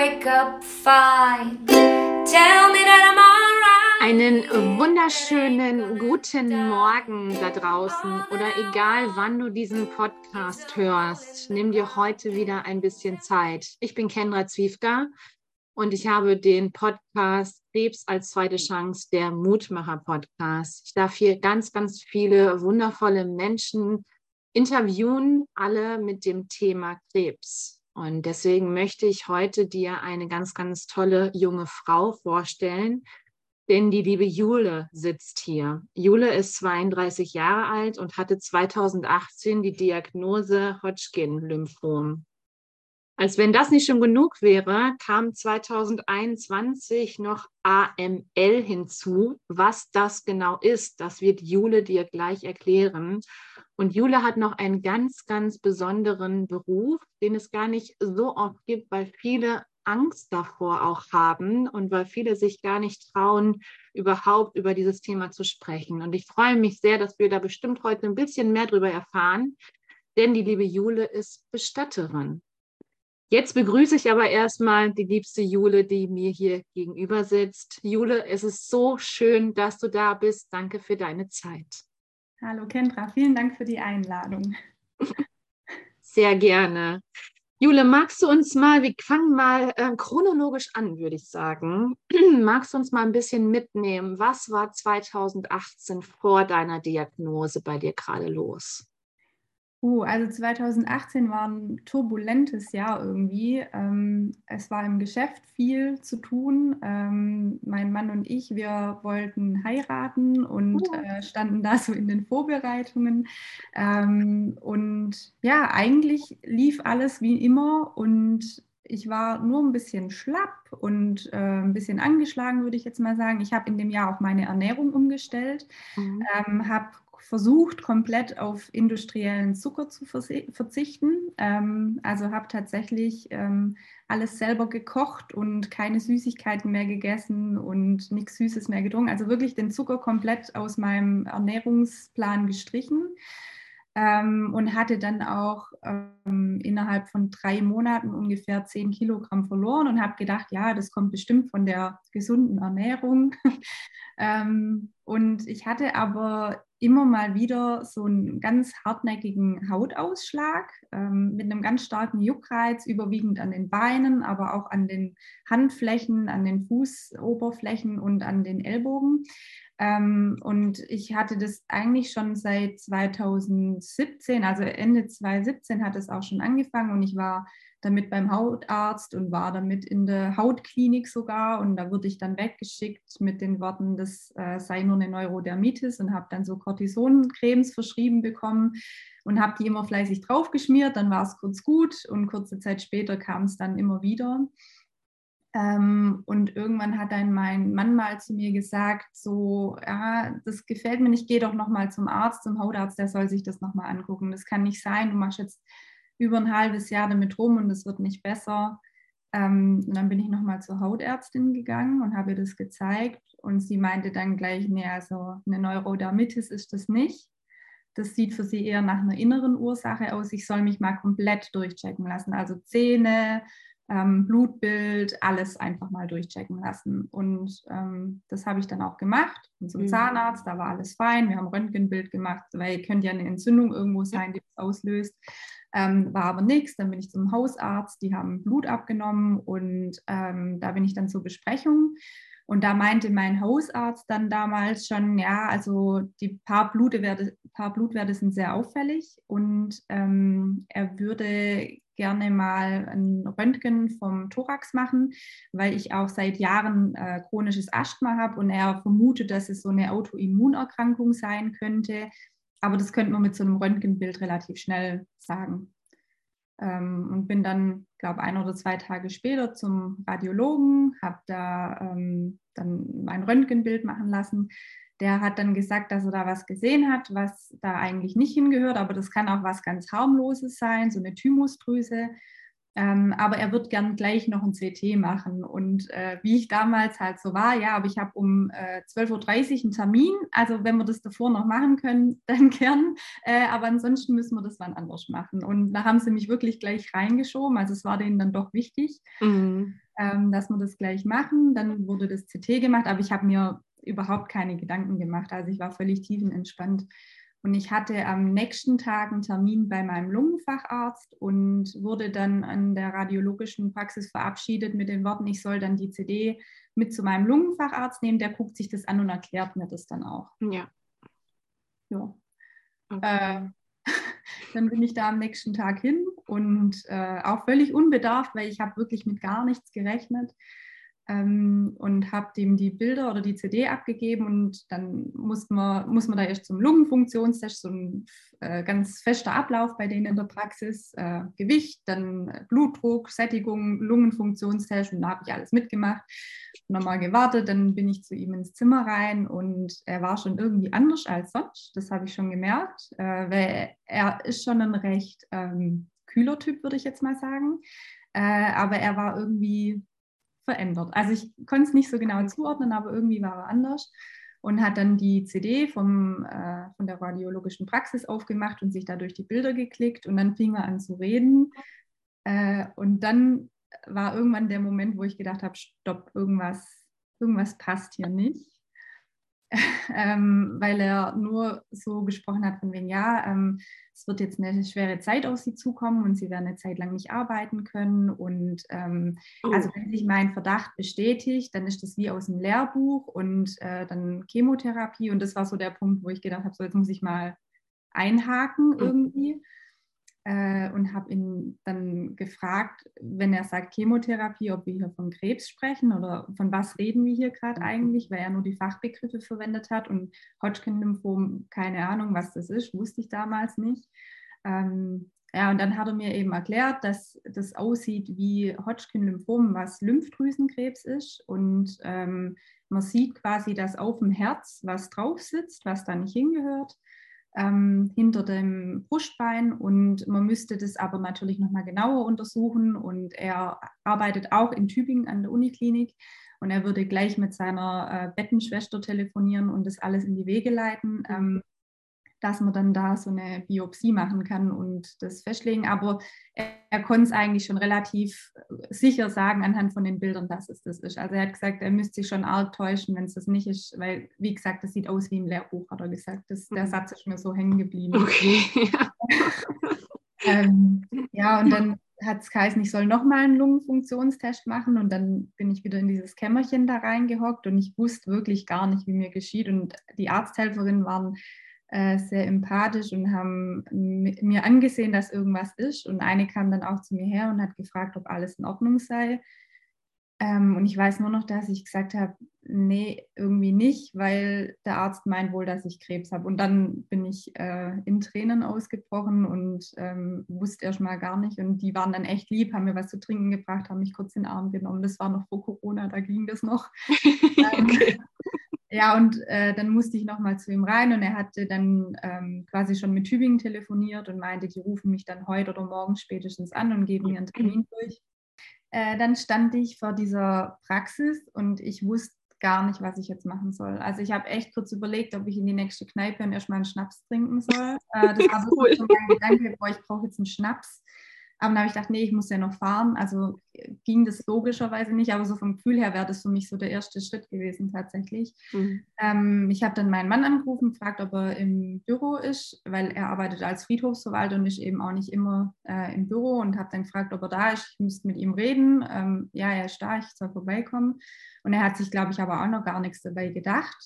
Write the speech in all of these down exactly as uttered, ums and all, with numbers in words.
wake up fine. Tell me that I'm alright. Einen wunderschönen guten Morgen da draußen oder egal wann du diesen Podcast hörst, nimm dir heute wieder ein bisschen Zeit. Ich bin Kendra Zwiefka und ich habe den Podcast Krebs als zweite Chance, der Mutmacher-Podcast. Ich darf hier ganz, ganz viele wundervolle Menschen interviewen, alle mit dem Thema Krebs. Und deswegen möchte ich heute dir eine ganz, ganz tolle junge Frau vorstellen, denn die liebe Jule sitzt hier. Jule ist zweiunddreißig Jahre alt und hatte zweitausendachtzehn die Diagnose Hodgkin-Lymphom. Als wenn das nicht schon genug wäre, kam zweitausendeinundzwanzig noch A M L hinzu. Was das genau ist, das wird Jule dir gleich erklären. Und Jule hat noch einen ganz, ganz besonderen Beruf, den es gar nicht so oft gibt, weil viele Angst davor auch haben und weil viele sich gar nicht trauen, überhaupt über dieses Thema zu sprechen. Und ich freue mich sehr, dass wir da bestimmt heute ein bisschen mehr darüber erfahren, denn die liebe Jule ist Bestatterin. Jetzt begrüße ich aber erstmal die liebste Jule, die mir hier gegenüber sitzt. Jule, es ist so schön, dass du da bist. Danke für deine Zeit. Hallo Kendra, vielen Dank für die Einladung. Sehr gerne. Jule, magst du uns mal, wir fangen mal äh, chronologisch an, würde ich sagen. Magst du uns mal ein bisschen mitnehmen? Was war zweitausendachtzehn vor deiner Diagnose bei dir gerade los? Uh, also zweitausendachtzehn war ein turbulentes Jahr irgendwie. Ähm, es war im Geschäft viel zu tun. Ähm, mein Mann und ich, wir wollten heiraten und Oh. äh, standen da so in den Vorbereitungen. Ähm, und ja, eigentlich lief alles wie immer und ich war nur ein bisschen schlapp und äh, ein bisschen angeschlagen, würde ich jetzt mal sagen. Ich habe in dem Jahr auch meine Ernährung umgestellt, Mhm. ähm, habe versucht, komplett auf industriellen Zucker zu verzichten. Ähm, also habe tatsächlich ähm, alles selber gekocht und keine Süßigkeiten mehr gegessen und nichts Süßes mehr getrunken. Also wirklich den Zucker komplett aus meinem Ernährungsplan gestrichen. Ähm, und hatte dann auch ähm, innerhalb von drei Monaten ungefähr zehn Kilogramm verloren und habe gedacht, ja, das kommt bestimmt von der gesunden Ernährung. ähm, und ich hatte aber immer mal wieder so einen ganz hartnäckigen Hautausschlag ähm, mit einem ganz starken Juckreiz, überwiegend an den Beinen, aber auch an den Handflächen, an den Fußoberflächen und an den Ellbogen. Ähm, und ich hatte das eigentlich schon seit zweitausendsiebzehn, also Ende zweitausendsiebzehn hat es auch schon angefangen und ich war damit beim Hautarzt und war damit in der Hautklinik sogar und da wurde ich dann weggeschickt mit den Worten, das äh, sei nur eine Neurodermitis und habe dann so Cortisoncremes verschrieben bekommen und habe die immer fleißig draufgeschmiert, dann war es kurz gut und kurze Zeit später kam es dann immer wieder. Ähm, und irgendwann hat dann mein Mann mal zu mir gesagt, so, ja, das gefällt mir nicht, geh doch nochmal zum Arzt, zum Hautarzt, der soll sich das nochmal angucken. Das kann nicht sein, du machst jetzt über ein halbes Jahr damit rum und es wird nicht besser. Ähm, und dann bin ich nochmal zur Hautärztin gegangen und habe ihr das gezeigt und sie meinte dann gleich, nee, also eine Neurodermitis ist das nicht. Das sieht für sie eher nach einer inneren Ursache aus. Ich soll mich mal komplett durchchecken lassen, also Zähne, Ähm, Blutbild, alles einfach mal durchchecken lassen. Und ähm, das habe ich dann auch gemacht. Und zum Mhm. Zahnarzt, da war alles fein. Wir haben Röntgenbild gemacht, weil könnte ja eine Entzündung irgendwo sein, die das auslöst. Ähm, war aber nichts. Dann bin ich zum Hausarzt, die haben Blut abgenommen und ähm, da bin ich dann zur Besprechung. Und da meinte mein Hausarzt dann damals schon, ja, also die paar Blutwerte, paar Blutwerte sind sehr auffällig und ähm, er würde gerne mal ein Röntgen vom Thorax machen, weil ich auch seit Jahren äh, chronisches Asthma habe und er vermutet, dass es so eine Autoimmunerkrankung sein könnte. Aber das könnte man mit so einem Röntgenbild relativ schnell sagen. Ähm, und bin dann, glaube ein oder zwei Tage später zum Radiologen, habe da ähm, dann mein Röntgenbild machen lassen. Der hat dann gesagt, dass er da was gesehen hat, was da eigentlich nicht hingehört, aber das kann auch was ganz harmloses sein, so eine Thymusdrüse. Ähm, aber er wird gern gleich noch ein C T machen. Und äh, wie ich damals halt so war, ja, aber ich habe um äh, zwölf Uhr dreißig einen Termin. Also wenn wir das davor noch machen können, dann gern. Äh, aber ansonsten müssen wir das wann anders machen. Und da haben sie mich wirklich gleich reingeschoben. Also es war denen dann doch wichtig. Mhm. ähm, dass wir das gleich machen. Dann wurde das C T gemacht, aber ich habe mir überhaupt keine Gedanken gemacht. Also ich war völlig tiefenentspannt. Und ich hatte am nächsten Tag einen Termin bei meinem Lungenfacharzt und wurde dann an der radiologischen Praxis verabschiedet mit den Worten, ich soll dann die C D mit zu meinem Lungenfacharzt nehmen, der guckt sich das an und erklärt mir das dann auch. Ja. Ja. Okay. Äh, dann bin ich da am nächsten Tag hin und äh, auch völlig unbedarft, weil ich habe wirklich mit gar nichts gerechnet. Ähm, und habe dem die Bilder oder die C D abgegeben und dann muss man, muss man da erst zum Lungenfunktionstest, so ein äh, ganz fester Ablauf bei denen in der Praxis, äh, Gewicht, dann Blutdruck, Sättigung, Lungenfunktionstest und da habe ich alles mitgemacht, nochmal gewartet, dann bin ich zu ihm ins Zimmer rein und er war schon irgendwie anders als sonst, das habe ich schon gemerkt, äh, weil er ist schon ein recht ähm, kühler Typ, würde ich jetzt mal sagen, äh, aber er war irgendwie verändert. Also ich konnte es nicht so genau zuordnen, aber irgendwie war er anders und hat dann die C D vom, äh, von der radiologischen Praxis aufgemacht und sich da durch die Bilder geklickt und dann fing er an zu reden. Äh, und dann war irgendwann der Moment, wo ich gedacht habe, stopp, irgendwas, irgendwas passt hier nicht. ähm, weil er nur so gesprochen hat von wegen, ja, ähm, es wird jetzt eine schwere Zeit auf sie zukommen und sie werden eine Zeit lang nicht arbeiten können und ähm, oh. also wenn sich mein Verdacht bestätigt, dann ist das wie aus dem Lehrbuch und äh, dann Chemotherapie und das war so der Punkt, wo ich gedacht habe, so jetzt muss ich mal einhaken irgendwie. Äh, und habe ihn dann gefragt, wenn er sagt Chemotherapie, ob wir hier von Krebs sprechen oder von was reden wir hier gerade eigentlich, weil er nur die Fachbegriffe verwendet hat und Hodgkin-Lymphom, keine Ahnung, was das ist, wusste ich damals nicht. Ähm, ja, und dann hat er mir eben erklärt, dass das aussieht wie Hodgkin-Lymphom, was Lymphdrüsenkrebs ist und ähm, man sieht quasi, dass auf dem Herz was drauf sitzt, was da nicht hingehört. Ähm, hinter dem Brustbein und man müsste das aber natürlich nochmal genauer untersuchen und er arbeitet auch in Tübingen an der Uniklinik und er würde gleich mit seiner äh, Bettenschwester telefonieren und das alles in die Wege leiten, ähm, dass man dann da so eine Biopsie machen kann und das festlegen, aber er, er konnte es eigentlich schon relativ sicher sagen anhand von den Bildern, dass es das ist. Also er hat gesagt, er müsste sich schon arg täuschen, wenn es das nicht ist, weil, wie gesagt, das sieht aus wie im Lehrbuch, hat er gesagt. Das, der Satz ist mir so hängen geblieben. Okay. ähm, ja, und dann hat es geheißen, ich soll nochmal einen Lungenfunktionstest machen und dann bin ich wieder in dieses Kämmerchen da reingehockt und ich wusste wirklich gar nicht, wie mir geschieht und die Arzthelferinnen waren äh, sehr empathisch und haben mir angesehen, dass irgendwas ist und eine kam dann auch zu mir her und hat gefragt, ob alles in Ordnung sei. Ähm, und ich weiß nur noch, dass ich gesagt habe, nee, irgendwie nicht, weil der Arzt meint wohl, dass ich Krebs habe. Und dann bin ich äh, in Tränen ausgebrochen und ähm, wusste erst mal gar nicht. Und die waren dann echt lieb, haben mir was zu trinken gebracht, haben mich kurz in den Arm genommen. Das war noch vor Corona, da ging das noch. ähm, ja, und äh, dann musste ich nochmal zu ihm rein und er hatte dann ähm, quasi schon mit Tübingen telefoniert und meinte, die rufen mich dann heute oder morgen spätestens an und geben mir einen Termin durch. Äh, dann stand ich vor dieser Praxis und ich wusste gar nicht, was ich jetzt machen soll. Also ich habe echt kurz überlegt, ob ich in die nächste Kneipe und erstmal einen Schnaps trinken soll. Äh, das war wirklich so mein Gedanke, boah, ich brauche jetzt einen Schnaps. Aber dann habe ich gedacht, nee, ich muss ja noch fahren. Also ging das logischerweise nicht, aber so vom Gefühl her wäre das für mich so der erste Schritt gewesen tatsächlich. Mhm. Ähm, ich habe dann meinen Mann angerufen, gefragt, ob er im Büro ist, weil er arbeitet als Friedhofsverwalter und ist eben auch nicht immer äh, im Büro und habe dann gefragt, ob er da ist. Ich müsste mit ihm reden. Ähm, ja, er ist da, ich soll vorbeikommen. Und er hat sich, glaube ich, aber auch noch gar nichts dabei gedacht.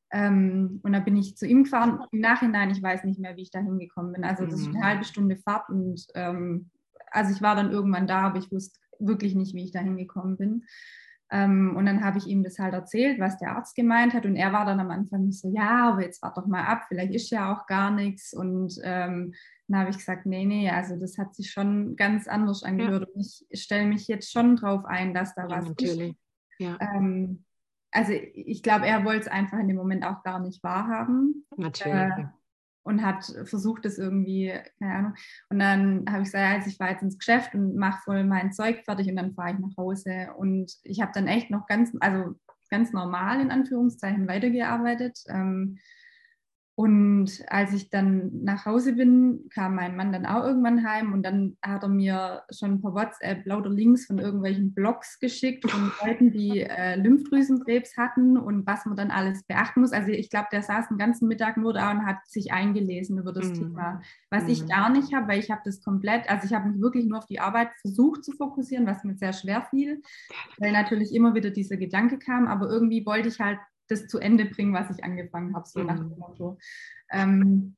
Ähm, und dann bin ich zu ihm gefahren. Im Nachhinein, ich weiß nicht mehr, wie ich da hingekommen bin. Also das ist eine halbe Stunde Fahrt und ähm, also ich war dann irgendwann da, aber ich wusste wirklich nicht, wie ich da hingekommen bin. Ähm, und dann habe ich ihm das halt erzählt, was der Arzt gemeint hat. Und er war dann am Anfang so, ja, aber jetzt warte doch mal ab, vielleicht ist ja auch gar nichts. Und ähm, dann habe ich gesagt, nee, nee, also das hat sich schon ganz anders angehört. Ja. Und ich stelle mich jetzt schon drauf ein, dass da ja, was natürlich. ist. Ja. Ähm, also ich glaube, er wollte es einfach in dem Moment auch gar nicht wahrhaben. Natürlich. Äh, und hat versucht, es irgendwie, keine Ahnung. Und dann habe ich gesagt, also ich fahre jetzt ins Geschäft und mache voll mein Zeug fertig und dann fahre ich nach Hause. Und ich habe dann echt noch ganz, also ganz normal in Anführungszeichen weitergearbeitet. Ähm, Und als ich dann nach Hause bin, kam mein Mann dann auch irgendwann heim und dann hat er mir schon per WhatsApp lauter Links von irgendwelchen Blogs geschickt von Leuten, die äh, Lymphdrüsenkrebs hatten und was man dann alles beachten muss. Also ich glaube, der saß den ganzen Mittag nur da und hat sich eingelesen über das mm. Thema, was mm. ich gar nicht habe, weil ich habe das komplett, also ich habe mich wirklich nur auf die Arbeit versucht zu fokussieren, was mir sehr schwer fiel, weil natürlich immer wieder dieser Gedanke kam, aber irgendwie wollte ich halt das zu Ende bringen, was ich angefangen habe, so mhm. nach dem Motto. Ähm,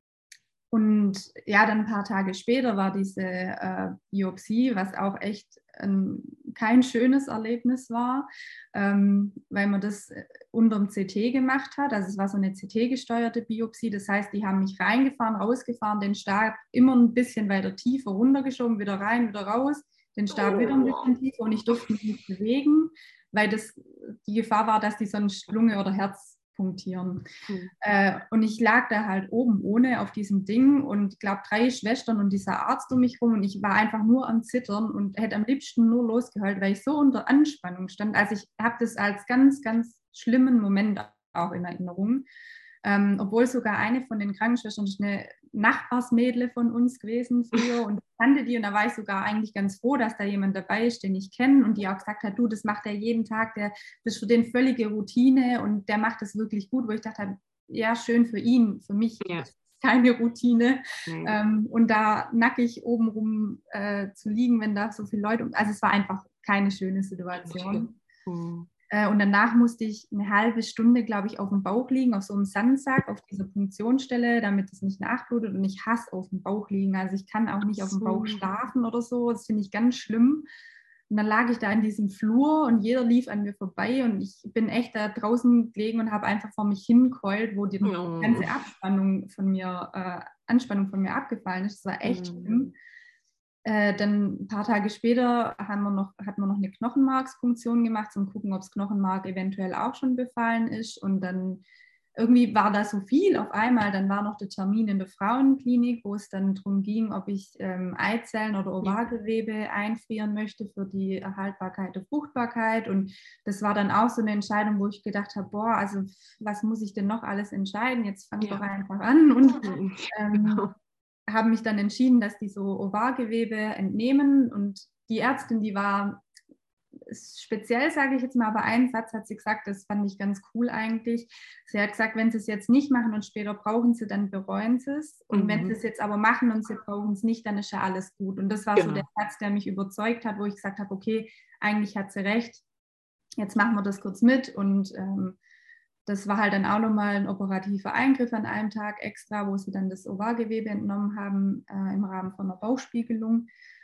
und ja, dann ein paar Tage später war diese äh, Biopsie, was auch echt ähm, kein schönes Erlebnis war, ähm, weil man das unter dem C T gemacht hat. Also es war so eine C T-gesteuerte Biopsie. Das heißt, die haben mich reingefahren, rausgefahren, den Stab immer ein bisschen weiter tiefer runtergeschoben, wieder rein, wieder raus, den Stab oh. wieder ein bisschen tiefer und ich durfte mich nicht bewegen, weil das die Gefahr war, dass die sonst Lunge oder Herz punktieren. Mhm. Äh, und ich lag da halt oben ohne auf diesem Ding und ich glaube drei Schwestern und dieser Arzt um mich rum und ich war einfach nur am Zittern und hätte am liebsten nur losgeheult, weil ich so unter Anspannung stand. Also ich habe das als ganz, ganz schlimmen Moment auch in Erinnerung. Ähm, obwohl sogar eine von den Krankenschwestern ist eine Nachbarsmädle von uns gewesen früher und ich kannte die und da war ich sogar eigentlich ganz froh, dass da jemand dabei ist, den ich kenne und die auch gesagt hat, du, das macht er jeden Tag, der, das ist für den völlige Routine und der macht das wirklich gut, wo ich dachte, ja, schön für ihn, für mich ja. ist keine Routine mhm. ähm, und da nackig obenrum äh, zu liegen, wenn da so viele Leute, also es war einfach keine schöne Situation. Mhm. Und danach musste ich eine halbe Stunde, glaube ich, auf dem Bauch liegen, auf so einem Sandsack, auf dieser Punktionsstelle, damit es nicht nachblutet. Und ich hasse auf dem Bauch liegen. Also ich kann auch nicht auf dem Bauch schlafen oder so. Das finde ich ganz schlimm. Und dann lag ich da in diesem Flur und jeder lief an mir vorbei. Und ich bin echt da draußen gelegen und habe einfach vor mich hingeheult, wo die oh. ganze Abspannung von mir, äh, Anspannung von mir abgefallen ist. Das war echt mm. schlimm. Äh, dann ein paar Tage später haben wir noch, hat man noch eine Knochenmarkspunktion gemacht, zum gucken, ob das Knochenmark eventuell auch schon befallen ist. Und dann irgendwie war da so viel auf einmal. Dann war noch der Termin in der Frauenklinik, wo es dann darum ging, ob ich ähm, Eizellen oder Ovargewebe einfrieren möchte für die Erhaltbarkeit der Fruchtbarkeit. Und das war dann auch so eine Entscheidung, wo ich gedacht habe, boah, also was muss ich denn noch alles entscheiden? Jetzt fang ja. doch einfach an. Und ähm, genau. haben mich dann entschieden, dass die so Ovargewebe entnehmen und die Ärztin, die war speziell, sage ich jetzt mal, aber einen Satz hat sie gesagt, das fand ich ganz cool eigentlich. Sie hat gesagt, wenn sie es jetzt nicht machen und später brauchen sie, dann bereuen sie es und mhm. wenn sie es jetzt aber machen und sie brauchen es nicht, dann ist ja alles gut und das war genau. so der Satz, der mich überzeugt hat, wo ich gesagt habe, okay, eigentlich hat sie recht, jetzt machen wir das kurz mit und ähm, das war halt dann auch nochmal ein operativer Eingriff an einem Tag extra, wo sie dann das Ovargewebe entnommen haben äh, im Rahmen von einer Bauchspiegelung.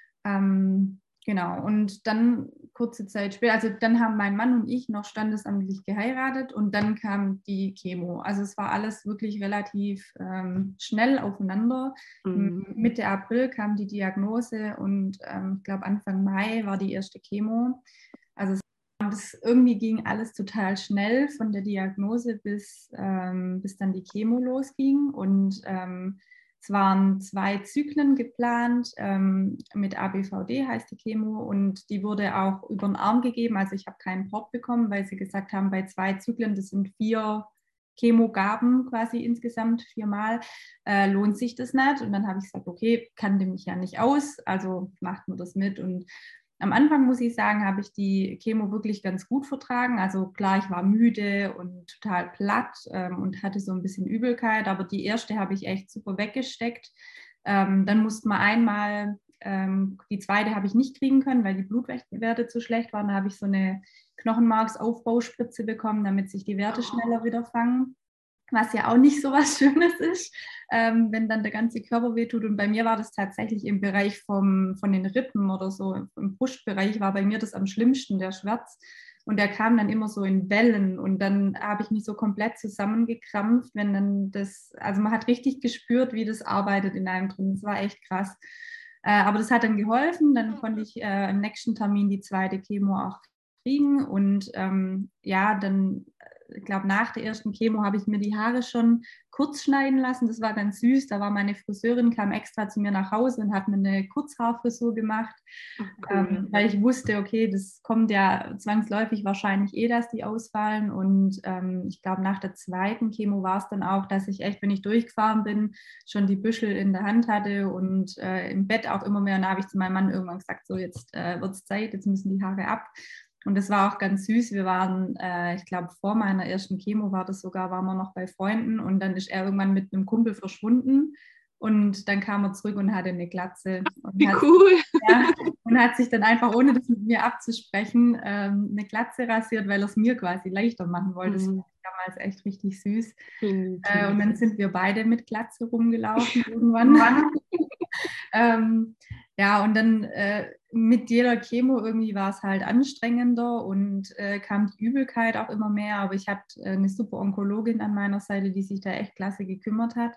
Ähm, genau, und dann kurze Zeit später, also dann haben mein Mann und ich noch standesamtlich geheiratet und dann kam die Chemo. Also es war alles wirklich relativ ähm, schnell aufeinander. Mhm. Mitte April kam die Diagnose und ähm, ich glaube Anfang Mai war die erste Chemo. Also es Das irgendwie ging alles total schnell von der Diagnose bis, ähm, bis dann die Chemo losging und ähm, es waren zwei Zyklen geplant ähm, mit A B V D heißt die Chemo und die wurde auch über den Arm gegeben, also ich habe keinen Port bekommen, weil sie gesagt haben, bei zwei Zyklen, das sind vier Chemogaben quasi insgesamt viermal, äh, lohnt sich das nicht und dann habe ich gesagt, okay, kannte mich ja nicht aus, also macht man das mit und am Anfang, muss ich sagen, habe ich die Chemo wirklich ganz gut vertragen. Also klar, ich war müde und total platt ähm, und hatte so ein bisschen Übelkeit, aber die erste habe ich echt super weggesteckt. Ähm, dann musste man einmal, ähm, die zweite habe ich nicht kriegen können, weil die Blutwerte zu schlecht waren. Da habe ich so eine Knochenmarksaufbauspritze bekommen, damit sich die Werte schneller wieder fangen. Was ja auch nicht so was Schönes ist, ähm, wenn dann der ganze Körper wehtut. Und bei mir war das tatsächlich im Bereich vom, von den Rippen oder so, im Brustbereich war bei mir das am schlimmsten, der Schmerz. Und der kam dann immer so in Wellen und dann habe ich mich so komplett zusammengekrampft, wenn dann das, also man hat richtig gespürt, wie das arbeitet in einem drin. Das war echt krass. Äh, aber das hat dann geholfen, dann konnte ich äh, im nächsten Termin die zweite Chemo auch kriegen und ähm, ja, dann ich glaube, nach der ersten Chemo habe ich mir die Haare schon kurz schneiden lassen. Das war ganz süß. Da war meine Friseurin, kam extra zu mir nach Hause und hat mir eine Kurzhaarfrisur gemacht, Ach, ähm, cool. weil ich wusste, okay, das kommt ja zwangsläufig wahrscheinlich eh, dass die ausfallen. Und ähm, ich glaube, nach der zweiten Chemo war es dann auch, dass ich echt, wenn ich durchgefahren bin, schon die Büschel in der Hand hatte und äh, im Bett auch immer mehr. Und da habe ich zu meinem Mann irgendwann gesagt, so jetzt äh, wird es Zeit, jetzt müssen die Haare ab. Und das war auch ganz süß. Wir waren, äh, ich glaube, vor meiner ersten Chemo war das sogar, waren wir noch bei Freunden und dann ist er irgendwann mit einem Kumpel verschwunden und dann kam er zurück und hatte eine Glatze. Und Wie hat, cool. ja, und hat sich dann einfach, ohne das mit mir abzusprechen, ähm, eine Glatze rasiert, weil er es mir quasi leichter machen wollte. Das Mhm. war damals echt richtig süß. Äh, Definitiv. und dann sind wir beide mit Glatze rumgelaufen irgendwann. ähm, ja, und dann äh, mit jeder Chemo irgendwie war es halt anstrengender und äh, kam die Übelkeit auch immer mehr. Aber ich hatte äh, eine super Onkologin an meiner Seite, die sich da echt klasse gekümmert hat.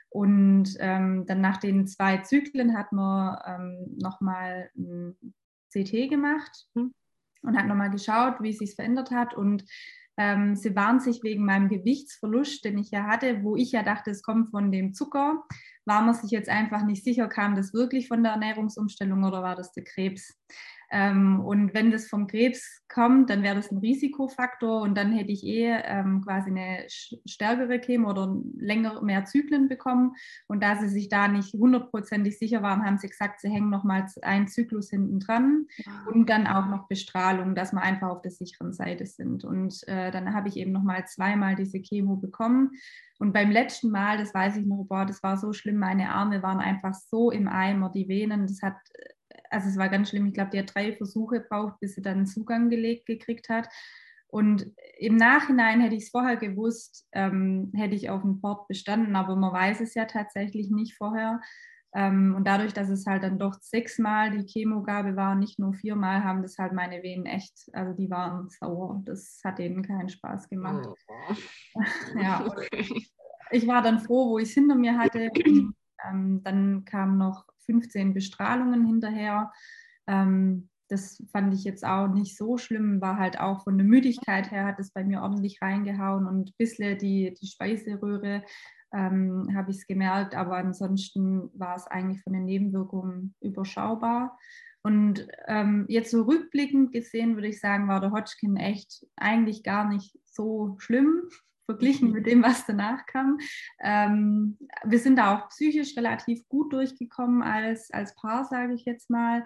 Und ähm, dann nach den zwei Zyklen hat man ähm, nochmal ein C T gemacht Mhm. und hat nochmal geschaut, wie es sich verändert hat. Und ähm, sie waren sich wegen meinem Gewichtsverlust, den ich ja hatte, wo ich ja dachte, es kommt von dem Zucker, war man sich jetzt einfach nicht sicher, kam das wirklich von der Ernährungsumstellung oder war das der Krebs? Ähm, und wenn das vom Krebs kommt, dann wäre das ein Risikofaktor und dann hätte ich eh ähm, quasi eine stärkere Chemo oder länger mehr Zyklen bekommen. Und da sie sich da nicht hundertprozentig sicher waren, haben sie gesagt, sie hängen nochmal einen Zyklus hinten dran und dann auch noch Bestrahlung, dass wir einfach auf der sicheren Seite sind. Und äh, dann habe ich eben nochmal zweimal diese Chemo bekommen. Und beim letzten Mal, das weiß ich noch, boah, das war so schlimm, meine Arme waren einfach so im Eimer, die Venen, das hat, also es war ganz schlimm, ich glaube, die hat drei Versuche gebraucht, bis sie dann einen Zugang gelegt gekriegt hat. Und im Nachhinein hätte ich es vorher gewusst, ähm, hätte ich auf den Port bestanden, aber man weiß es ja tatsächlich nicht vorher. Ähm, und dadurch, dass es halt dann doch sechsmal die Chemogabe war, nicht nur viermal, haben das halt meine Venen echt, also die waren sauer. Das hat denen keinen Spaß gemacht. Oh. Ja, Okay. ich war dann froh, wo ich es hinter mir hatte. Und, ähm, dann kamen noch fünfzehn Bestrahlungen hinterher. Ähm, das fand ich jetzt auch nicht so schlimm, war halt auch von der Müdigkeit her, hat es bei mir ordentlich reingehauen und ein bisschen die, die Speiseröhre ähm, habe ich es gemerkt, aber ansonsten war es eigentlich von den Nebenwirkungen überschaubar. Und ähm, jetzt so rückblickend gesehen, würde ich sagen, war der Hodgkin echt eigentlich gar nicht so schlimm verglichen mit dem, was danach kam. Ähm, wir sind da auch psychisch relativ gut durchgekommen als, als Paar, sage ich jetzt mal.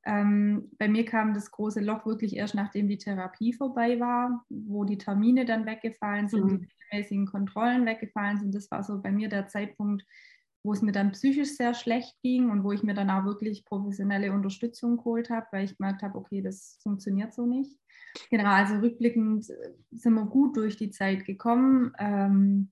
Ähm, bei mir kam das große Loch wirklich erst, nachdem die Therapie vorbei war, wo die Termine dann weggefallen sind, mhm. die regelmäßigen Kontrollen weggefallen sind. Das war so bei mir der Zeitpunkt, wo es mir dann psychisch sehr schlecht ging und wo ich mir dann auch wirklich professionelle Unterstützung geholt habe, weil ich gemerkt habe, okay, das funktioniert so nicht. Genau, also rückblickend sind wir gut durch die Zeit gekommen. Ähm,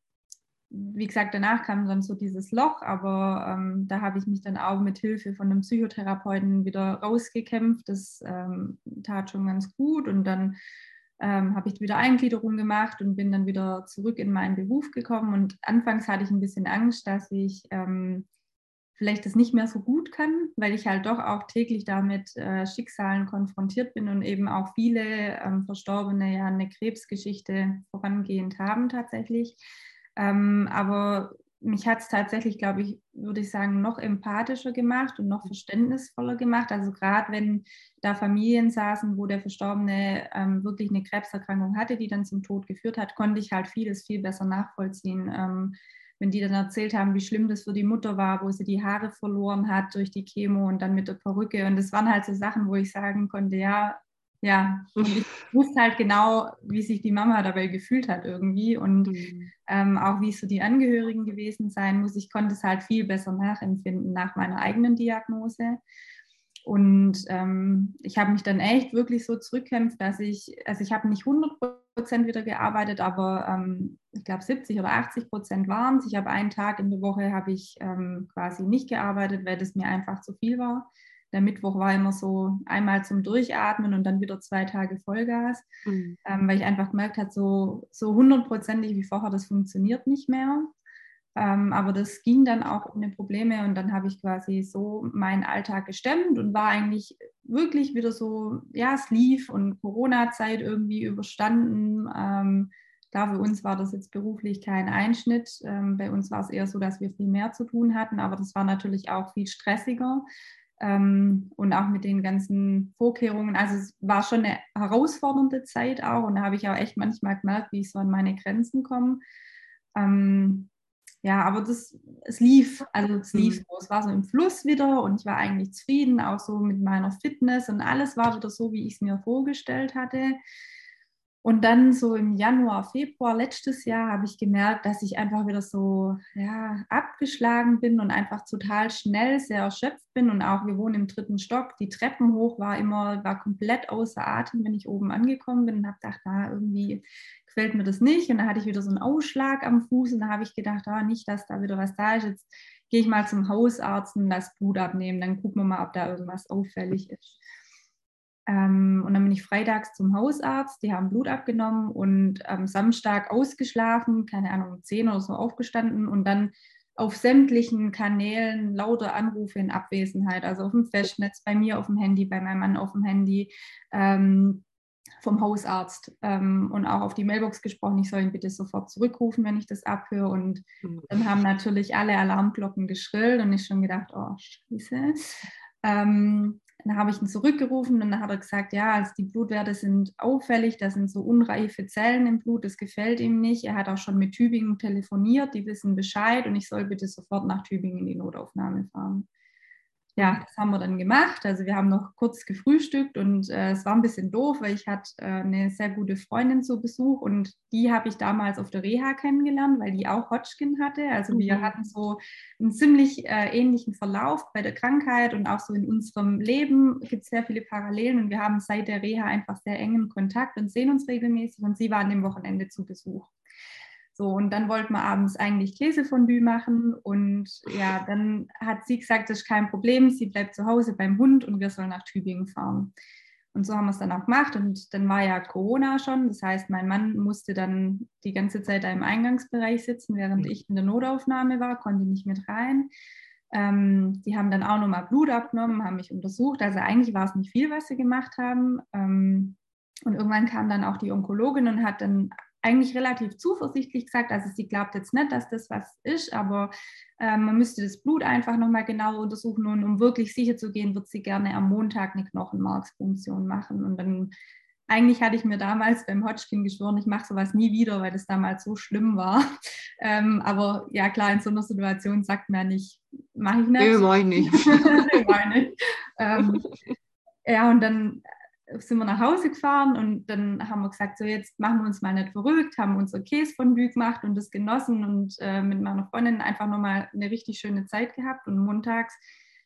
wie gesagt, danach kam dann so dieses Loch, aber ähm, da habe ich mich dann auch mit Hilfe von einem Psychotherapeuten wieder rausgekämpft. Das ähm, tat schon ganz gut und dann ähm, habe ich wieder Eingliederung gemacht und bin dann wieder zurück in meinen Beruf gekommen. Und anfangs hatte ich ein bisschen Angst, dass ich ähm, vielleicht das nicht mehr so gut kann, weil ich halt doch auch täglich damit äh, Schicksalen konfrontiert bin und eben auch viele ähm, Verstorbene ja eine Krebsgeschichte vorangehend haben tatsächlich. Ähm, aber mich hat es tatsächlich, glaube ich, würde ich sagen, noch empathischer gemacht und noch verständnisvoller gemacht. Also gerade wenn da Familien saßen, wo der Verstorbene ähm, wirklich eine Krebserkrankung hatte, die dann zum Tod geführt hat, konnte ich halt vieles viel besser nachvollziehen. Ähm, wenn die dann erzählt haben, wie schlimm das für die Mutter war, wo sie die Haare verloren hat durch die Chemo und dann mit der Perücke. Und das waren halt so Sachen, wo ich sagen konnte, ja, ja. Und ich wusste halt genau, wie sich die Mama dabei gefühlt hat irgendwie. Und mhm. ähm, auch wie so die Angehörigen gewesen sein muss. Ich konnte es halt viel besser nachempfinden nach meiner eigenen Diagnose. Und ähm, ich habe mich dann echt wirklich so zurückkämpft, dass ich, also ich habe nicht hundert Prozent wieder gearbeitet, aber ähm, ich glaube siebzig oder achtzig Prozent waren es. Ich habe einen Tag in der Woche habe ich ähm, quasi nicht gearbeitet, weil das mir einfach zu viel war. Der Mittwoch war immer so einmal zum Durchatmen und dann wieder zwei Tage Vollgas, mhm. ähm, weil ich einfach gemerkt habe, so, so hundertprozentig wie vorher, das funktioniert nicht mehr. Ähm, aber das ging dann auch ohne Probleme und dann habe ich quasi so meinen Alltag gestemmt und war eigentlich wirklich wieder so, ja, es lief und Corona-Zeit irgendwie überstanden, ähm, Klar, für uns war das jetzt beruflich kein Einschnitt. Ähm, bei uns war es eher so, dass wir viel mehr zu tun hatten, aber das war natürlich auch viel stressiger. Ähm, und auch mit den ganzen Vorkehrungen. Also es war schon eine herausfordernde Zeit auch und da habe ich auch echt manchmal gemerkt, wie ich so an meine Grenzen komme. Ähm, ja, aber das, es lief, also es lief so. Es war so im Fluss wieder und ich war eigentlich zufrieden, auch so mit meiner Fitness und alles war wieder so, wie ich es mir vorgestellt hatte. Und dann so im Januar, Februar letztes Jahr habe ich gemerkt, dass ich einfach wieder so ja, abgeschlagen bin und einfach total schnell sehr erschöpft bin. Und auch wir wohnen im dritten Stock, die Treppen hoch war immer, war komplett außer Atem, wenn ich oben angekommen bin und habe gedacht, na, irgendwie gefällt mir das nicht. Und dann hatte ich wieder so einen Ausschlag am Fuß und da habe ich gedacht, ah, nicht, dass da wieder was da ist. Jetzt gehe ich mal zum Hausarzt und lass Blut abnehmen. Dann gucken wir mal, ob da irgendwas auffällig ist. Ähm, und dann bin ich freitags zum Hausarzt, die haben Blut abgenommen und am Samstag ausgeschlafen, keine Ahnung, um zehn oder so aufgestanden und dann auf sämtlichen Kanälen lauter Anrufe in Abwesenheit, also auf dem Festnetz, bei mir auf dem Handy, bei meinem Mann auf dem Handy, ähm, vom Hausarzt ähm, und auch auf die Mailbox gesprochen, ich soll ihn bitte sofort zurückrufen, wenn ich das abhöre. Und dann haben natürlich alle Alarmglocken geschrillt und ich schon gedacht, oh, scheiße. Ähm, dann habe ich ihn zurückgerufen und dann hat er gesagt, ja, also die Blutwerte sind auffällig, da sind so unreife Zellen im Blut, das gefällt ihm nicht. Er hat auch schon mit Tübingen telefoniert, die wissen Bescheid und ich soll bitte sofort nach Tübingen in die Notaufnahme fahren. Ja, das haben wir dann gemacht. Also wir haben noch kurz gefrühstückt und äh, es war ein bisschen doof, weil ich hatte äh, eine sehr gute Freundin zu Besuch und die habe ich damals auf der Reha kennengelernt, weil die auch Hodgkin hatte. Also mhm. wir hatten so einen ziemlich äh, ähnlichen Verlauf bei der Krankheit und auch so in unserem Leben gibt es sehr viele Parallelen und wir haben seit der Reha einfach sehr engen Kontakt und sehen uns regelmäßig und sie war an dem Wochenende zu Besuch. So, und dann wollten wir abends eigentlich Käsefondue machen und ja, dann hat sie gesagt, das ist kein Problem, sie bleibt zu Hause beim Hund und wir sollen nach Tübingen fahren. Und so haben wir es dann auch gemacht und dann war ja Corona schon, das heißt, mein Mann musste dann die ganze Zeit da im Eingangsbereich sitzen, während ich in der Notaufnahme war, konnte nicht mit rein. Ähm, die haben dann auch nochmal Blut abgenommen, haben mich untersucht, also eigentlich war es nicht viel, was sie gemacht haben. Ähm, und irgendwann kam dann auch die Onkologin und hat dann eigentlich relativ zuversichtlich gesagt, also sie glaubt jetzt nicht, dass das was ist, aber äh, man müsste das Blut einfach nochmal genauer untersuchen und um wirklich sicher zu gehen, wird sie gerne am Montag eine Knochenmarkspunktion machen. Und dann, eigentlich hatte ich mir damals beim Hodgkin geschworen, ich mache sowas nie wieder, weil das damals so schlimm war. Ähm, aber ja klar, in so einer Situation sagt man nicht, mache ich nicht. Nee, mach ich nicht. nee, mach ich nicht. Ähm, ja, und dann sind wir nach Hause gefahren und dann haben wir gesagt, so jetzt machen wir uns mal nicht verrückt, haben unser Käsefondue gemacht und das genossen und äh, mit meiner Freundin einfach nochmal eine richtig schöne Zeit gehabt und montags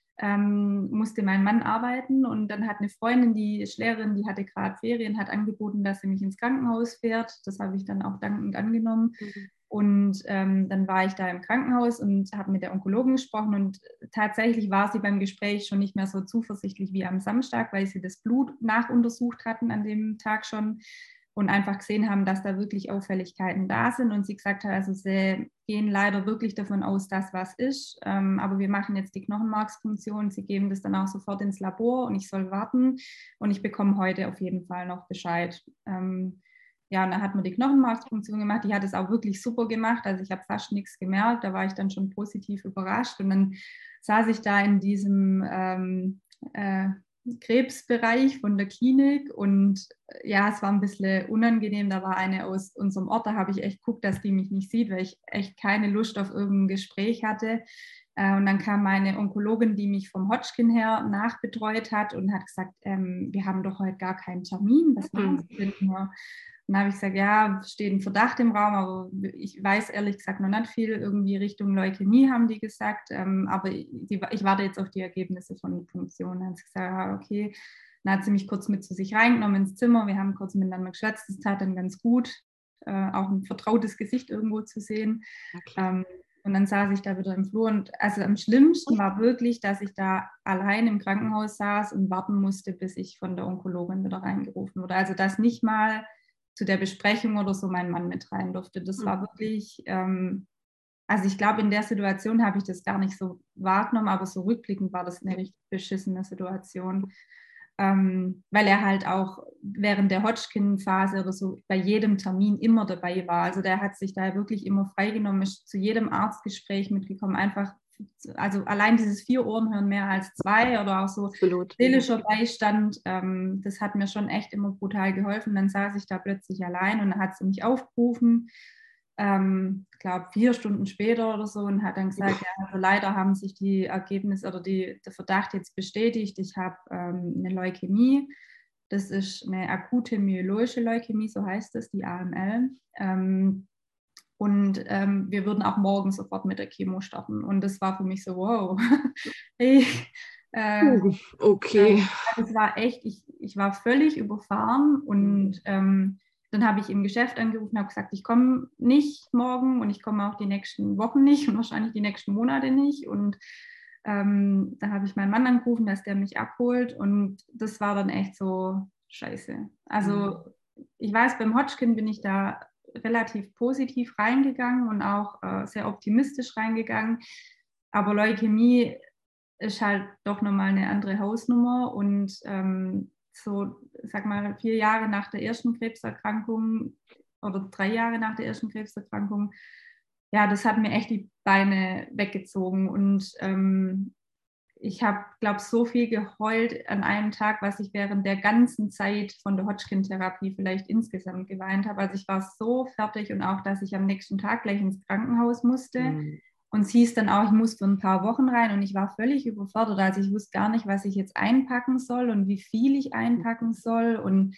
ähm, musste mein Mann arbeiten und dann hat eine Freundin, die ist Lehrerin, die hatte gerade Ferien, hat angeboten, dass sie mich ins Krankenhaus fährt. Das habe ich dann auch dankend angenommen. Mhm. Und ähm, dann war ich da im Krankenhaus und habe mit der Onkologin gesprochen und tatsächlich war sie beim Gespräch schon nicht mehr so zuversichtlich wie am Samstag, weil sie das Blut nachuntersucht hatten an dem Tag schon und einfach gesehen haben, dass da wirklich Auffälligkeiten da sind und sie gesagt hat, also sie gehen leider wirklich davon aus, dass was ist, ähm, aber wir machen jetzt die Knochenmarkspunktion, sie geben das dann auch sofort ins Labor und ich soll warten und ich bekomme heute auf jeden Fall noch Bescheid. Ähm, Ja, und dann hat man die Knochenmarkspunktion gemacht. Die hat es auch wirklich super gemacht. Also ich habe fast nichts gemerkt. Da war ich dann schon positiv überrascht. Und dann saß ich da in diesem ähm, äh, Krebsbereich von der Klinik. Und ja, es war ein bisschen unangenehm. Da war eine aus unserem Ort. Da habe ich echt geguckt, dass die mich nicht sieht, weil ich echt keine Lust auf irgendein Gespräch hatte. Und dann kam meine Onkologin, die mich vom Hodgkin her nachbetreut hat und hat gesagt, ähm, wir haben doch heute gar keinen Termin. Was machen Sie denn hier? Dann habe ich gesagt, ja, steht ein Verdacht im Raum, aber ich weiß ehrlich gesagt noch nicht viel. Irgendwie Richtung Leukämie haben die gesagt, ähm, aber die, ich warte jetzt auf die Ergebnisse von der Punktion. Dann hat sie gesagt, ja, okay. Dann hat sie mich kurz mit zu sich reingenommen ins Zimmer. Wir haben kurz miteinander geschwätzt. Das tat dann ganz gut, äh, auch ein vertrautes Gesicht irgendwo zu sehen. Okay. Ähm, und dann saß ich da wieder im Flur. Und also am schlimmsten war wirklich, dass ich da allein im Krankenhaus saß und warten musste, bis ich von der Onkologin wieder reingerufen wurde. Also dass nicht mal zu der Besprechung oder so mein Mann mit rein durfte. Das war wirklich, ähm, also ich glaube, in der Situation habe ich das gar nicht so wahrgenommen, aber so rückblickend war das eine richtig beschissene Situation. ähm, weil er halt auch während der Hodgkin-Phase oder so bei jedem Termin immer dabei war. Also der hat sich da wirklich immer freigenommen, ist zu jedem Arztgespräch mitgekommen, einfach, also allein dieses vier Ohren hören mehr als zwei oder auch so Absolut. seelischer Beistand, ähm, das hat mir schon echt immer brutal geholfen. Dann saß ich da plötzlich allein und dann hat sie mich aufgerufen, ähm, ich glaube vier Stunden später oder so, und hat dann gesagt, ja, also leider haben sich die Ergebnisse oder die, der Verdacht jetzt bestätigt, ich habe ähm, eine Leukämie. Das ist eine akute myeloische Leukämie, so heißt es, die A M L. Ähm, und ähm, wir würden auch morgen sofort mit der Chemo starten. Und das war für mich so, wow. ich, äh, Uh, okay. also es war echt, ich, ich war völlig überfahren. Und ähm, dann habe ich im Geschäft angerufen und habe gesagt, ich komme nicht morgen und ich komme auch die nächsten Wochen nicht und wahrscheinlich die nächsten Monate nicht. Und ähm, da habe ich meinen Mann angerufen, dass der mich abholt. Und das war dann echt so scheiße. Also ich weiß, beim Hodgkin bin ich da relativ positiv reingegangen und auch äh, sehr optimistisch reingegangen. Aber Leukämie ist halt doch nochmal eine andere Hausnummer. Und ähm, so, sag mal, vier Jahre nach der ersten Krebserkrankung oder drei Jahre nach der ersten Krebserkrankung, ja, das hat mir echt die Beine weggezogen. Und ähm, ich habe, glaube ich, so viel geheult an einem Tag, was ich während der ganzen Zeit von der Hodgkin-Therapie vielleicht insgesamt geweint habe. Also ich war so fertig und auch, dass ich am nächsten Tag gleich ins Krankenhaus musste. Mhm. Und es hieß dann auch, ich muss für ein paar Wochen rein und ich war völlig überfordert. Also ich wusste gar nicht, was ich jetzt einpacken soll und wie viel ich einpacken soll. Und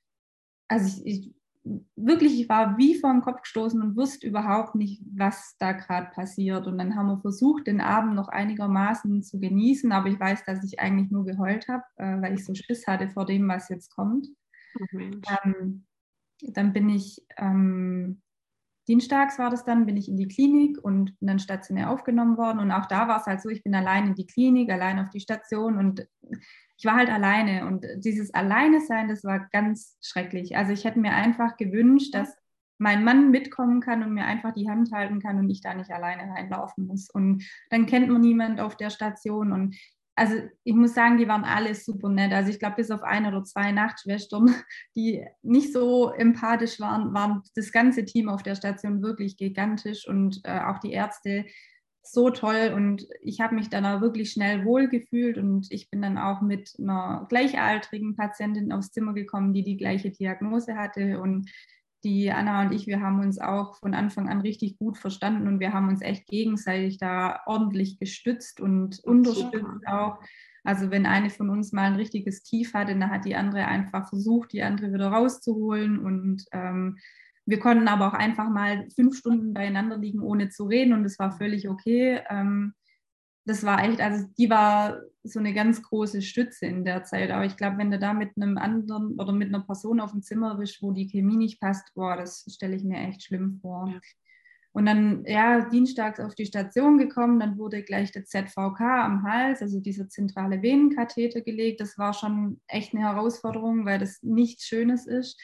also ich, ich wirklich, ich war wie vor den Kopf gestoßen und wusste überhaupt nicht, was da gerade passiert. Und dann haben wir versucht, den Abend noch einigermaßen zu genießen, aber ich weiß, dass ich eigentlich nur geheult habe, äh, weil ich so Schiss hatte vor dem, was jetzt kommt. Oh Mensch. Ähm, dann bin ich, ähm, dienstags war das dann, bin ich in die Klinik und bin dann stationär aufgenommen worden. Und auch da war es halt so, ich bin allein in die Klinik, allein auf die Station und ich war halt alleine. Und dieses Alleine-Sein, das war ganz schrecklich. Also ich hätte mir einfach gewünscht, dass mein Mann mitkommen kann und mir einfach die Hand halten kann und ich da nicht alleine reinlaufen muss. Und dann kennt man niemand auf der Station. Und also ich muss sagen, die waren alle super nett. Also ich glaube, bis auf ein oder zwei Nachtschwestern, die nicht so empathisch waren, waren das ganze Team auf der Station wirklich gigantisch und äh, auch die Ärzte so toll. Und ich habe mich dann auch wirklich schnell wohlgefühlt und ich bin dann auch mit einer gleichaltrigen Patientin aufs Zimmer gekommen, die die gleiche Diagnose hatte. Und die Anna und ich, wir haben uns auch von Anfang an richtig gut verstanden und wir haben uns echt gegenseitig da ordentlich gestützt und unterstützt auch. Also wenn eine von uns mal ein richtiges Tief hatte, dann hat die andere einfach versucht, die andere wieder rauszuholen. Und ähm, wir konnten aber auch einfach mal fünf Stunden beieinander liegen, ohne zu reden und es war völlig okay. Ähm, das war echt, also die war so eine ganz große Stütze in der Zeit. Aber ich glaube, wenn du da mit einem anderen oder mit einer Person auf dem Zimmer bist, wo die Chemie nicht passt, boah, das stelle ich mir echt schlimm vor. Ja. Und dann, ja, dienstags auf die Station gekommen, dann wurde gleich der Z V K am Hals, also dieser zentrale Venenkatheter gelegt. Das war schon echt eine Herausforderung, weil das nichts Schönes ist.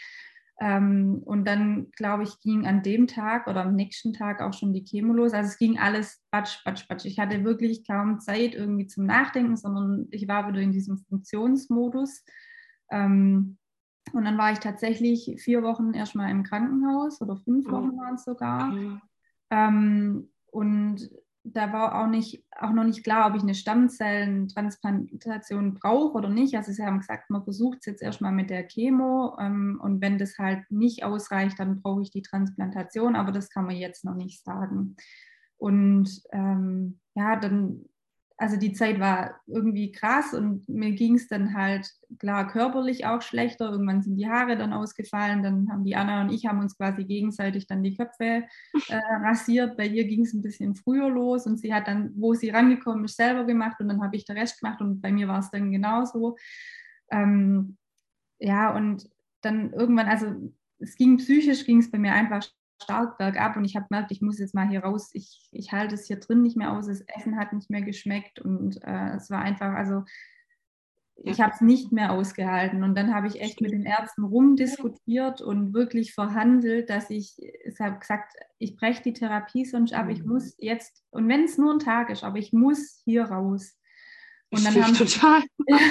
Ähm, und dann, glaube ich, ging an dem Tag oder am nächsten Tag auch schon die Chemo los. Also es ging alles batsch, batsch, batsch. Ich hatte wirklich kaum Zeit irgendwie zum Nachdenken, sondern ich war wieder in diesem Funktionsmodus. Ähm, und dann war ich tatsächlich vier Wochen erstmal im Krankenhaus oder fünf Wochen waren es sogar. Mhm. Ähm, und da war auch, nicht, auch noch nicht klar, ob ich eine Stammzellentransplantation brauche oder nicht. Also sie haben gesagt, man versucht es jetzt erstmal mit der Chemo ähm, und wenn das halt nicht ausreicht, dann brauche ich die Transplantation, aber das kann man jetzt noch nicht sagen. Und ähm, ja, dann, also die Zeit war irgendwie krass und mir ging es dann halt klar körperlich auch schlechter. Irgendwann sind die Haare dann ausgefallen, dann haben die Anna und ich haben uns quasi gegenseitig dann die Köpfe äh, rasiert. Bei ihr ging es ein bisschen früher los und sie hat dann, wo sie rangekommen ist, selber gemacht und dann habe ich den Rest gemacht und bei mir war es dann genauso. Ähm, ja, und dann irgendwann, also es ging psychisch, ging es bei mir einfach stark bergab und ich habe gemerkt, ich muss jetzt mal hier raus, ich, ich halte es hier drin nicht mehr aus, das Essen hat nicht mehr geschmeckt und äh, es war einfach, also ich habe es nicht mehr ausgehalten und dann habe ich echt mit den Ärzten rumdiskutiert und wirklich verhandelt, dass ich, ich habe gesagt, ich breche die Therapie sonst ab, ich muss jetzt, und wenn es nur ein Tag ist, aber ich muss hier raus. Und dann haben, total.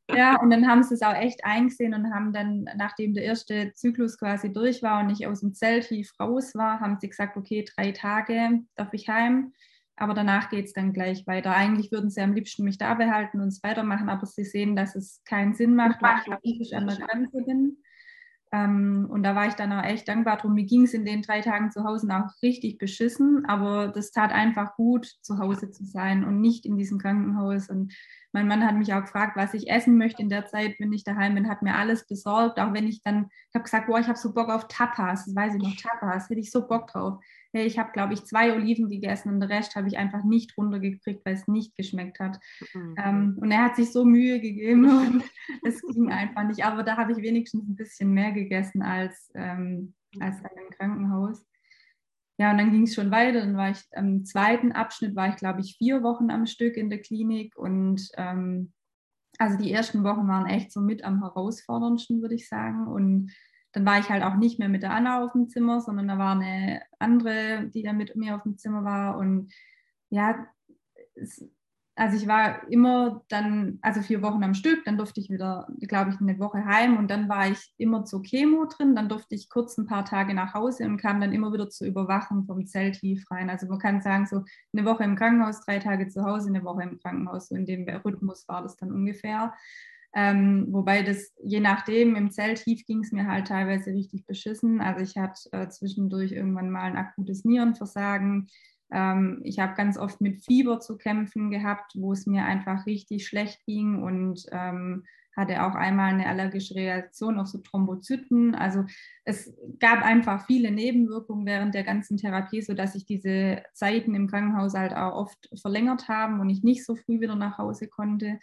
Ja, und dann haben sie es auch echt eingesehen und haben dann, nachdem der erste Zyklus quasi durch war und ich aus dem Zelt tief raus war, haben sie gesagt, okay, drei Tage darf ich heim, aber danach geht es dann gleich weiter. Eigentlich würden sie am liebsten mich da behalten und es weitermachen, aber sie sehen, dass es keinen Sinn macht, weil ich physisch an der Grenze bin. Ähm, und da war ich dann auch echt dankbar drum. Mir ging es in den drei Tagen zu Hause auch richtig beschissen, aber das tat einfach gut, zu Hause zu sein und nicht in diesem Krankenhaus. Und mein Mann hat mich auch gefragt, was ich essen möchte in der Zeit, wenn ich daheim bin, hat mir alles besorgt, auch wenn ich dann, ich habe gesagt, boah, ich habe so Bock auf Tapas, das weiß ich noch, Tapas, hätte ich so Bock drauf. Hey, ich habe, glaube ich, zwei Oliven gegessen und den Rest habe ich einfach nicht runtergekriegt, weil es nicht geschmeckt hat. Mhm. Ähm, und er hat sich so Mühe gegeben und es ging einfach nicht. Aber da habe ich wenigstens ein bisschen mehr gegessen als, ähm, als im Krankenhaus. Ja, und dann ging es schon weiter. Dann war ich am zweiten Abschnitt, war ich, glaube ich, vier Wochen am Stück in der Klinik. Und ähm, also die ersten Wochen waren echt so mit am herausforderndsten, würde ich sagen. Und dann war ich halt auch nicht mehr mit der Anna auf dem Zimmer, sondern da war eine andere, die dann mit mir auf dem Zimmer war. Und ja, es, also ich war immer dann, also vier Wochen am Stück, dann durfte ich wieder, glaube ich, eine Woche heim und dann war ich immer zur Chemo drin, dann durfte ich kurz ein paar Tage nach Hause und kam dann immer wieder zur Überwachung vom Zelt tief rein. Also man kann sagen, so eine Woche im Krankenhaus, drei Tage zu Hause, eine Woche im Krankenhaus, so in dem Rhythmus war das dann ungefähr. Ähm, wobei das, je nachdem, im Zelltief ging es mir halt teilweise richtig beschissen. Also ich hatte äh, zwischendurch irgendwann mal ein akutes Nierenversagen. Ähm, ich habe ganz oft mit Fieber zu kämpfen gehabt, wo es mir einfach richtig schlecht ging und ähm, hatte auch einmal eine allergische Reaktion auf so Thrombozyten. Also es gab einfach viele Nebenwirkungen während der ganzen Therapie, sodass sich diese Zeiten im Krankenhaus halt auch oft verlängert haben und ich nicht so früh wieder nach Hause konnte.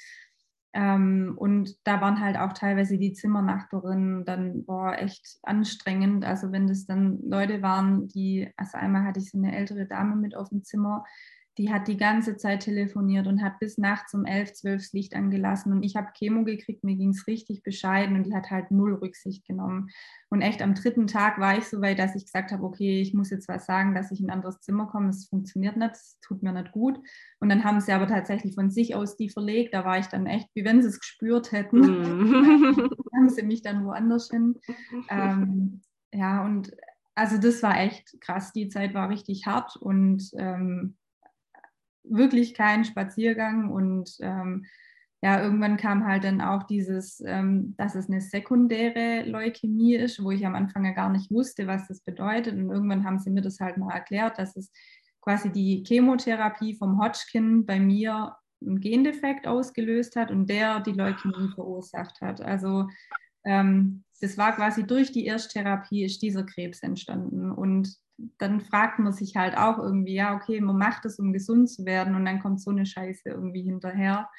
Ähm, und da waren halt auch teilweise die Zimmernachbarinnen dann, boah, echt anstrengend. Also wenn das dann Leute waren, die, also einmal hatte ich so eine ältere Dame mit auf dem Zimmer, die hat die ganze Zeit telefoniert und hat bis nachts um elf, zwölf das Licht angelassen und ich habe Chemo gekriegt, mir ging es richtig bescheiden und die hat halt null Rücksicht genommen. Und echt am dritten Tag war ich so weit, dass ich gesagt habe, okay, ich muss jetzt was sagen, dass ich in ein anderes Zimmer komme, es funktioniert nicht, es tut mir nicht gut. Und dann haben sie aber tatsächlich von sich aus die verlegt, da war ich dann echt, wie wenn sie es gespürt hätten, mm. haben sie mich dann woanders hin. Ähm, ja, und also das war echt krass, die Zeit war richtig hart und ähm, wirklich kein Spaziergang und ähm, ja, irgendwann kam halt dann auch dieses, ähm, dass es eine sekundäre Leukämie ist, wo ich am Anfang ja gar nicht wusste, was das bedeutet und irgendwann haben sie mir das halt mal erklärt, dass es quasi die Chemotherapie vom Hodgkin bei mir einen Gendefekt ausgelöst hat und der die Leukämie verursacht hat. Also ähm, das war quasi durch die Ersttherapie ist dieser Krebs entstanden und dann fragt man sich halt auch irgendwie, ja, okay, man macht es, um gesund zu werden und dann kommt so eine Scheiße irgendwie hinterher.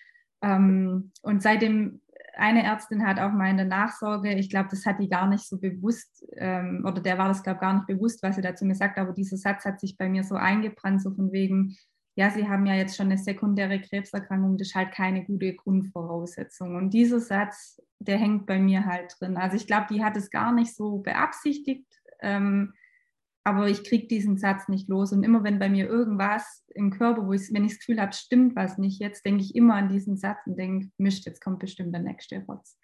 Ähm, und seitdem, eine Ärztin hat auch mal in der Nachsorge, ich glaube, das hat die gar nicht so bewusst, ähm, oder der war das, glaube ich, gar nicht bewusst, was sie dazu mir sagt, aber dieser Satz hat sich bei mir so eingebrannt, so von wegen, ja, Sie haben ja jetzt schon eine sekundäre Krebserkrankung, das ist halt keine gute Grundvoraussetzung. Und dieser Satz, der hängt bei mir halt drin. Also ich glaube, die hat es gar nicht so beabsichtigt, ähm, aber ich kriege diesen Satz nicht los. Und immer wenn bei mir irgendwas im Körper, wo ich, wenn ich das Gefühl habe, stimmt was nicht, jetzt denke ich immer an diesen Satz und denke, Mist, jetzt kommt bestimmt der nächste Rotz.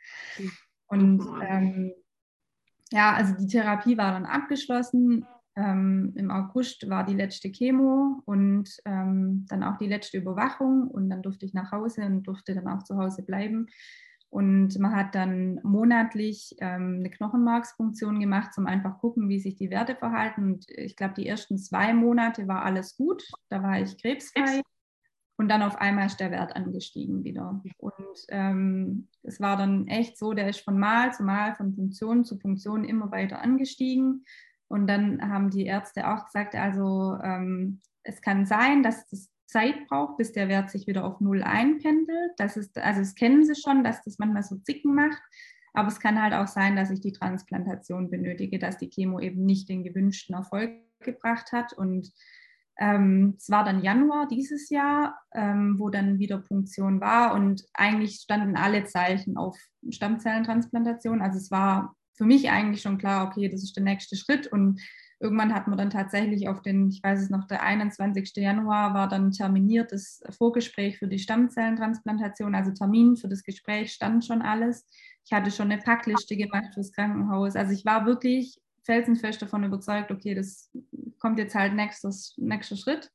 Und ähm, ja, also die Therapie war dann abgeschlossen. Ähm, Im August war die letzte Chemo und ähm, dann auch die letzte Überwachung und dann durfte ich nach Hause und durfte dann auch zu Hause bleiben. Und man hat dann monatlich ähm, eine Knochenmarkspunktion gemacht, um einfach gucken, wie sich die Werte verhalten. Und ich glaube, die ersten zwei Monate war alles gut. Da war ich krebsfrei. Und dann auf einmal ist der Wert angestiegen wieder. Und ähm, es war dann echt so, der ist von Mal zu Mal, von Funktion zu Funktion immer weiter angestiegen. Und dann haben die Ärzte auch gesagt, also ähm, es kann sein, dass das Zeit braucht, bis der Wert sich wieder auf Null einpendelt. Das ist, also das kennen sie schon, dass das manchmal so Zicken macht. Aber es kann halt auch sein, dass ich die Transplantation benötige, dass die Chemo eben nicht den gewünschten Erfolg gebracht hat. Und ähm, es war dann Januar dieses Jahr, ähm, wo dann wieder Punktion war. Und eigentlich standen alle Zeichen auf Stammzellentransplantation. Also es war für mich eigentlich schon klar, okay, das ist der nächste Schritt. Und irgendwann hat man dann tatsächlich auf den, ich weiß es noch, der einundzwanzigsten Januar war dann terminiert das Vorgespräch für die Stammzellentransplantation, also Termin für das Gespräch stand schon alles. Ich hatte schon eine Packliste gemacht fürs Krankenhaus. Also ich war wirklich felsenfest davon überzeugt, okay, das kommt jetzt halt nächstes, nächster Schritt.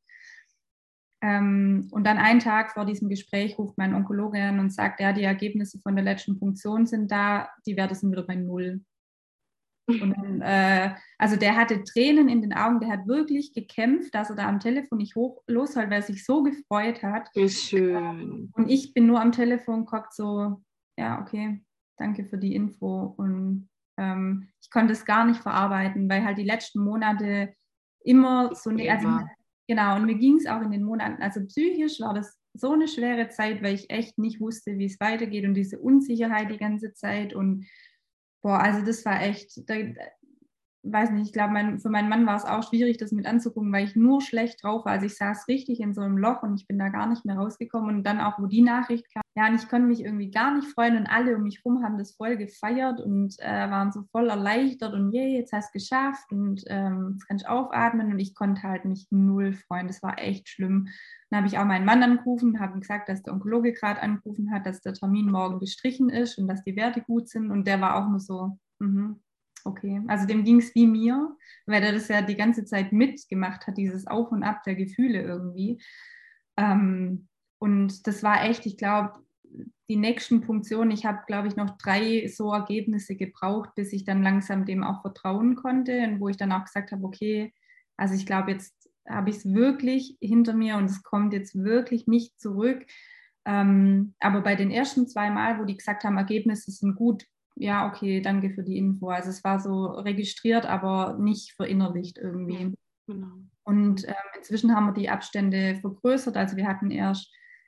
Ähm, und dann einen Tag vor diesem Gespräch ruft mein Onkologe an und sagt, ja, die Ergebnisse von der letzten Punktion sind da, die Werte sind wieder bei Null. Und dann, äh, also der hatte Tränen in den Augen, der hat wirklich gekämpft, dass er da am Telefon nicht hoch losholt, weil er sich so gefreut hat. Wie schön. Und ich bin nur am Telefon geguckt, so, ja, okay, danke für die Info. Und ähm, ich konnte es gar nicht verarbeiten, weil halt die letzten Monate immer so eine, also, genau, und mir ging es auch in den Monaten, also psychisch war das so eine schwere Zeit, weil ich echt nicht wusste, wie es weitergeht und diese Unsicherheit die ganze Zeit und boah, also das war echt, da, weiß nicht, ich glaube, mein, für meinen Mann war es auch schwierig, das mit anzugucken, weil ich nur schlecht drauf war. Also ich saß richtig in so einem Loch und ich bin da gar nicht mehr rausgekommen. Und dann auch, wo die Nachricht kam, ja, und ich konnte mich irgendwie gar nicht freuen und alle um mich rum haben das voll gefeiert und äh, waren so voll erleichtert und je, jetzt hast du es geschafft und ähm, jetzt kannst du aufatmen und ich konnte halt mich null freuen. Das war echt schlimm. Dann habe ich auch meinen Mann angerufen, habe ihm gesagt, dass der Onkologe gerade angerufen hat, dass der Termin morgen gestrichen ist und dass die Werte gut sind und der war auch nur so, mhm. Okay, also dem ging es wie mir, weil er das ja die ganze Zeit mitgemacht hat, dieses Auf und Ab der Gefühle irgendwie. Ähm, und das war echt, ich glaube, die nächsten Punktionen, ich habe, glaube ich, noch drei so Ergebnisse gebraucht, bis ich dann langsam dem auch vertrauen konnte und wo ich dann auch gesagt habe, okay, also ich glaube, jetzt habe ich es wirklich hinter mir und es kommt jetzt wirklich nicht zurück. Ähm, aber bei den ersten zwei Mal, wo die gesagt haben, Ergebnisse sind gut, ja, okay, danke für die Info. Also es war so registriert, aber nicht verinnerlicht irgendwie. Ja, genau. Und ähm, inzwischen haben wir die Abstände vergrößert. Also wir hatten erst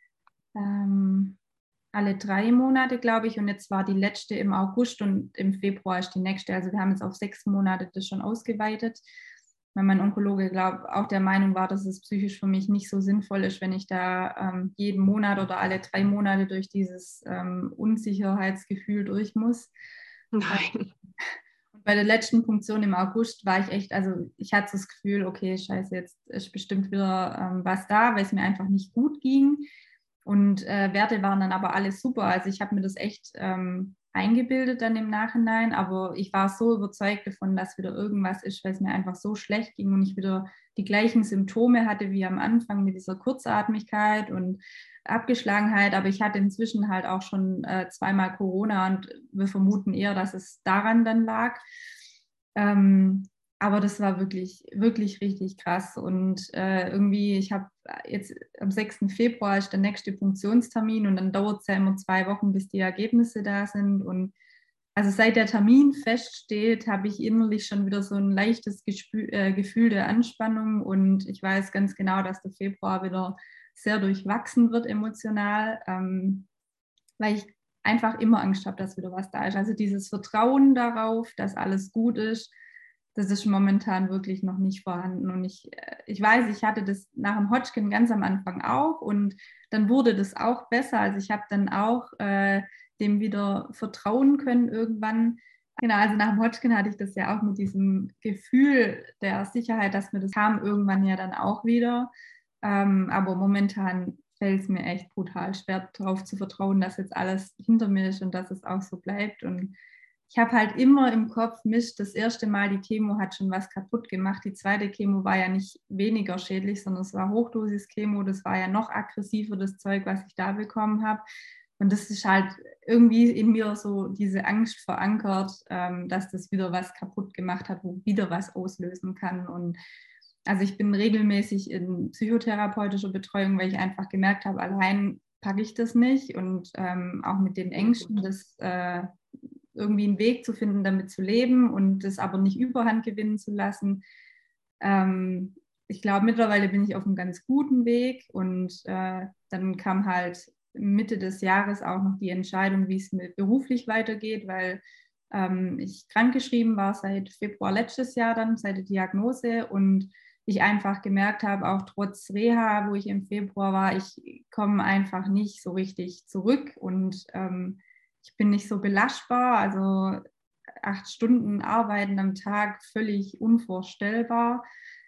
ähm, alle drei Monate, glaube ich, und jetzt war die letzte im August und im Februar ist die nächste. Also wir haben jetzt auf sechs Monate das schon ausgeweitet, weil mein Onkologe, glaube auch der Meinung war, dass es psychisch für mich nicht so sinnvoll ist, wenn ich da ähm, jeden Monat oder alle drei Monate durch dieses ähm, Unsicherheitsgefühl durch muss. Nein. Und bei der letzten Punktion im August war ich echt, also ich hatte das Gefühl, okay, scheiße, jetzt ist bestimmt wieder ähm, was da, weil es mir einfach nicht gut ging. Und äh, Werte waren dann aber alles super. Also ich habe mir das echt ähm, eingebildet dann im Nachhinein, aber ich war so überzeugt davon, dass wieder irgendwas ist, weil es mir einfach so schlecht ging und ich wieder die gleichen Symptome hatte wie am Anfang mit dieser Kurzatmigkeit und Abgeschlagenheit, aber ich hatte inzwischen halt auch schon äh, zweimal Corona und wir vermuten eher, dass es daran dann lag. Ähm, aber das war wirklich, wirklich richtig krass und äh, irgendwie, ich habe jetzt am sechsten Februar ist der nächste Punktionstermin und dann dauert es ja immer zwei Wochen, bis die Ergebnisse da sind und also seit der Termin feststeht, habe ich innerlich schon wieder so ein leichtes Gespü- äh, Gefühl der Anspannung und ich weiß ganz genau, dass der Februar wieder sehr durchwachsen wird emotional, ähm, weil ich einfach immer Angst habe, dass wieder was da ist. Also dieses Vertrauen darauf, dass alles gut ist, das ist momentan wirklich noch nicht vorhanden. Und ich, ich weiß, ich hatte das nach dem Hodgkin ganz am Anfang auch und dann wurde das auch besser. Also ich habe dann auch äh, dem wieder vertrauen können irgendwann. Genau, also nach dem Hodgkin hatte ich das ja auch mit diesem Gefühl der Sicherheit, dass mir das kam, irgendwann ja dann auch wieder. Ähm, aber momentan fällt es mir echt brutal schwer, darauf zu vertrauen, dass jetzt alles hinter mir ist und dass es auch so bleibt. Und ich habe halt immer im Kopf, Mist, das erste Mal die Chemo hat schon was kaputt gemacht. Die zweite Chemo war ja nicht weniger schädlich, sondern es war Hochdosis-Chemo. Das war ja noch aggressiver, das Zeug, was ich da bekommen habe. Und das ist halt irgendwie in mir so diese Angst verankert, ähm, dass das wieder was kaputt gemacht hat, wo wieder was auslösen kann. Und also ich bin regelmäßig in psychotherapeutischer Betreuung, weil ich einfach gemerkt habe, allein packe ich das nicht. Und ähm, auch mit den Ängsten, das äh, irgendwie einen Weg zu finden, damit zu leben und das aber nicht überhand gewinnen zu lassen. Ähm, ich glaube, mittlerweile bin ich auf einem ganz guten Weg und äh, dann kam halt Mitte des Jahres auch noch die Entscheidung, wie es mir beruflich weitergeht, weil ähm, ich krankgeschrieben war seit Februar letztes Jahr dann, seit der Diagnose und ich einfach gemerkt habe, auch trotz Reha, wo ich im Februar war, ich komme einfach nicht so richtig zurück und ähm, ich bin nicht so belastbar, also acht Stunden arbeiten am Tag völlig unvorstellbar.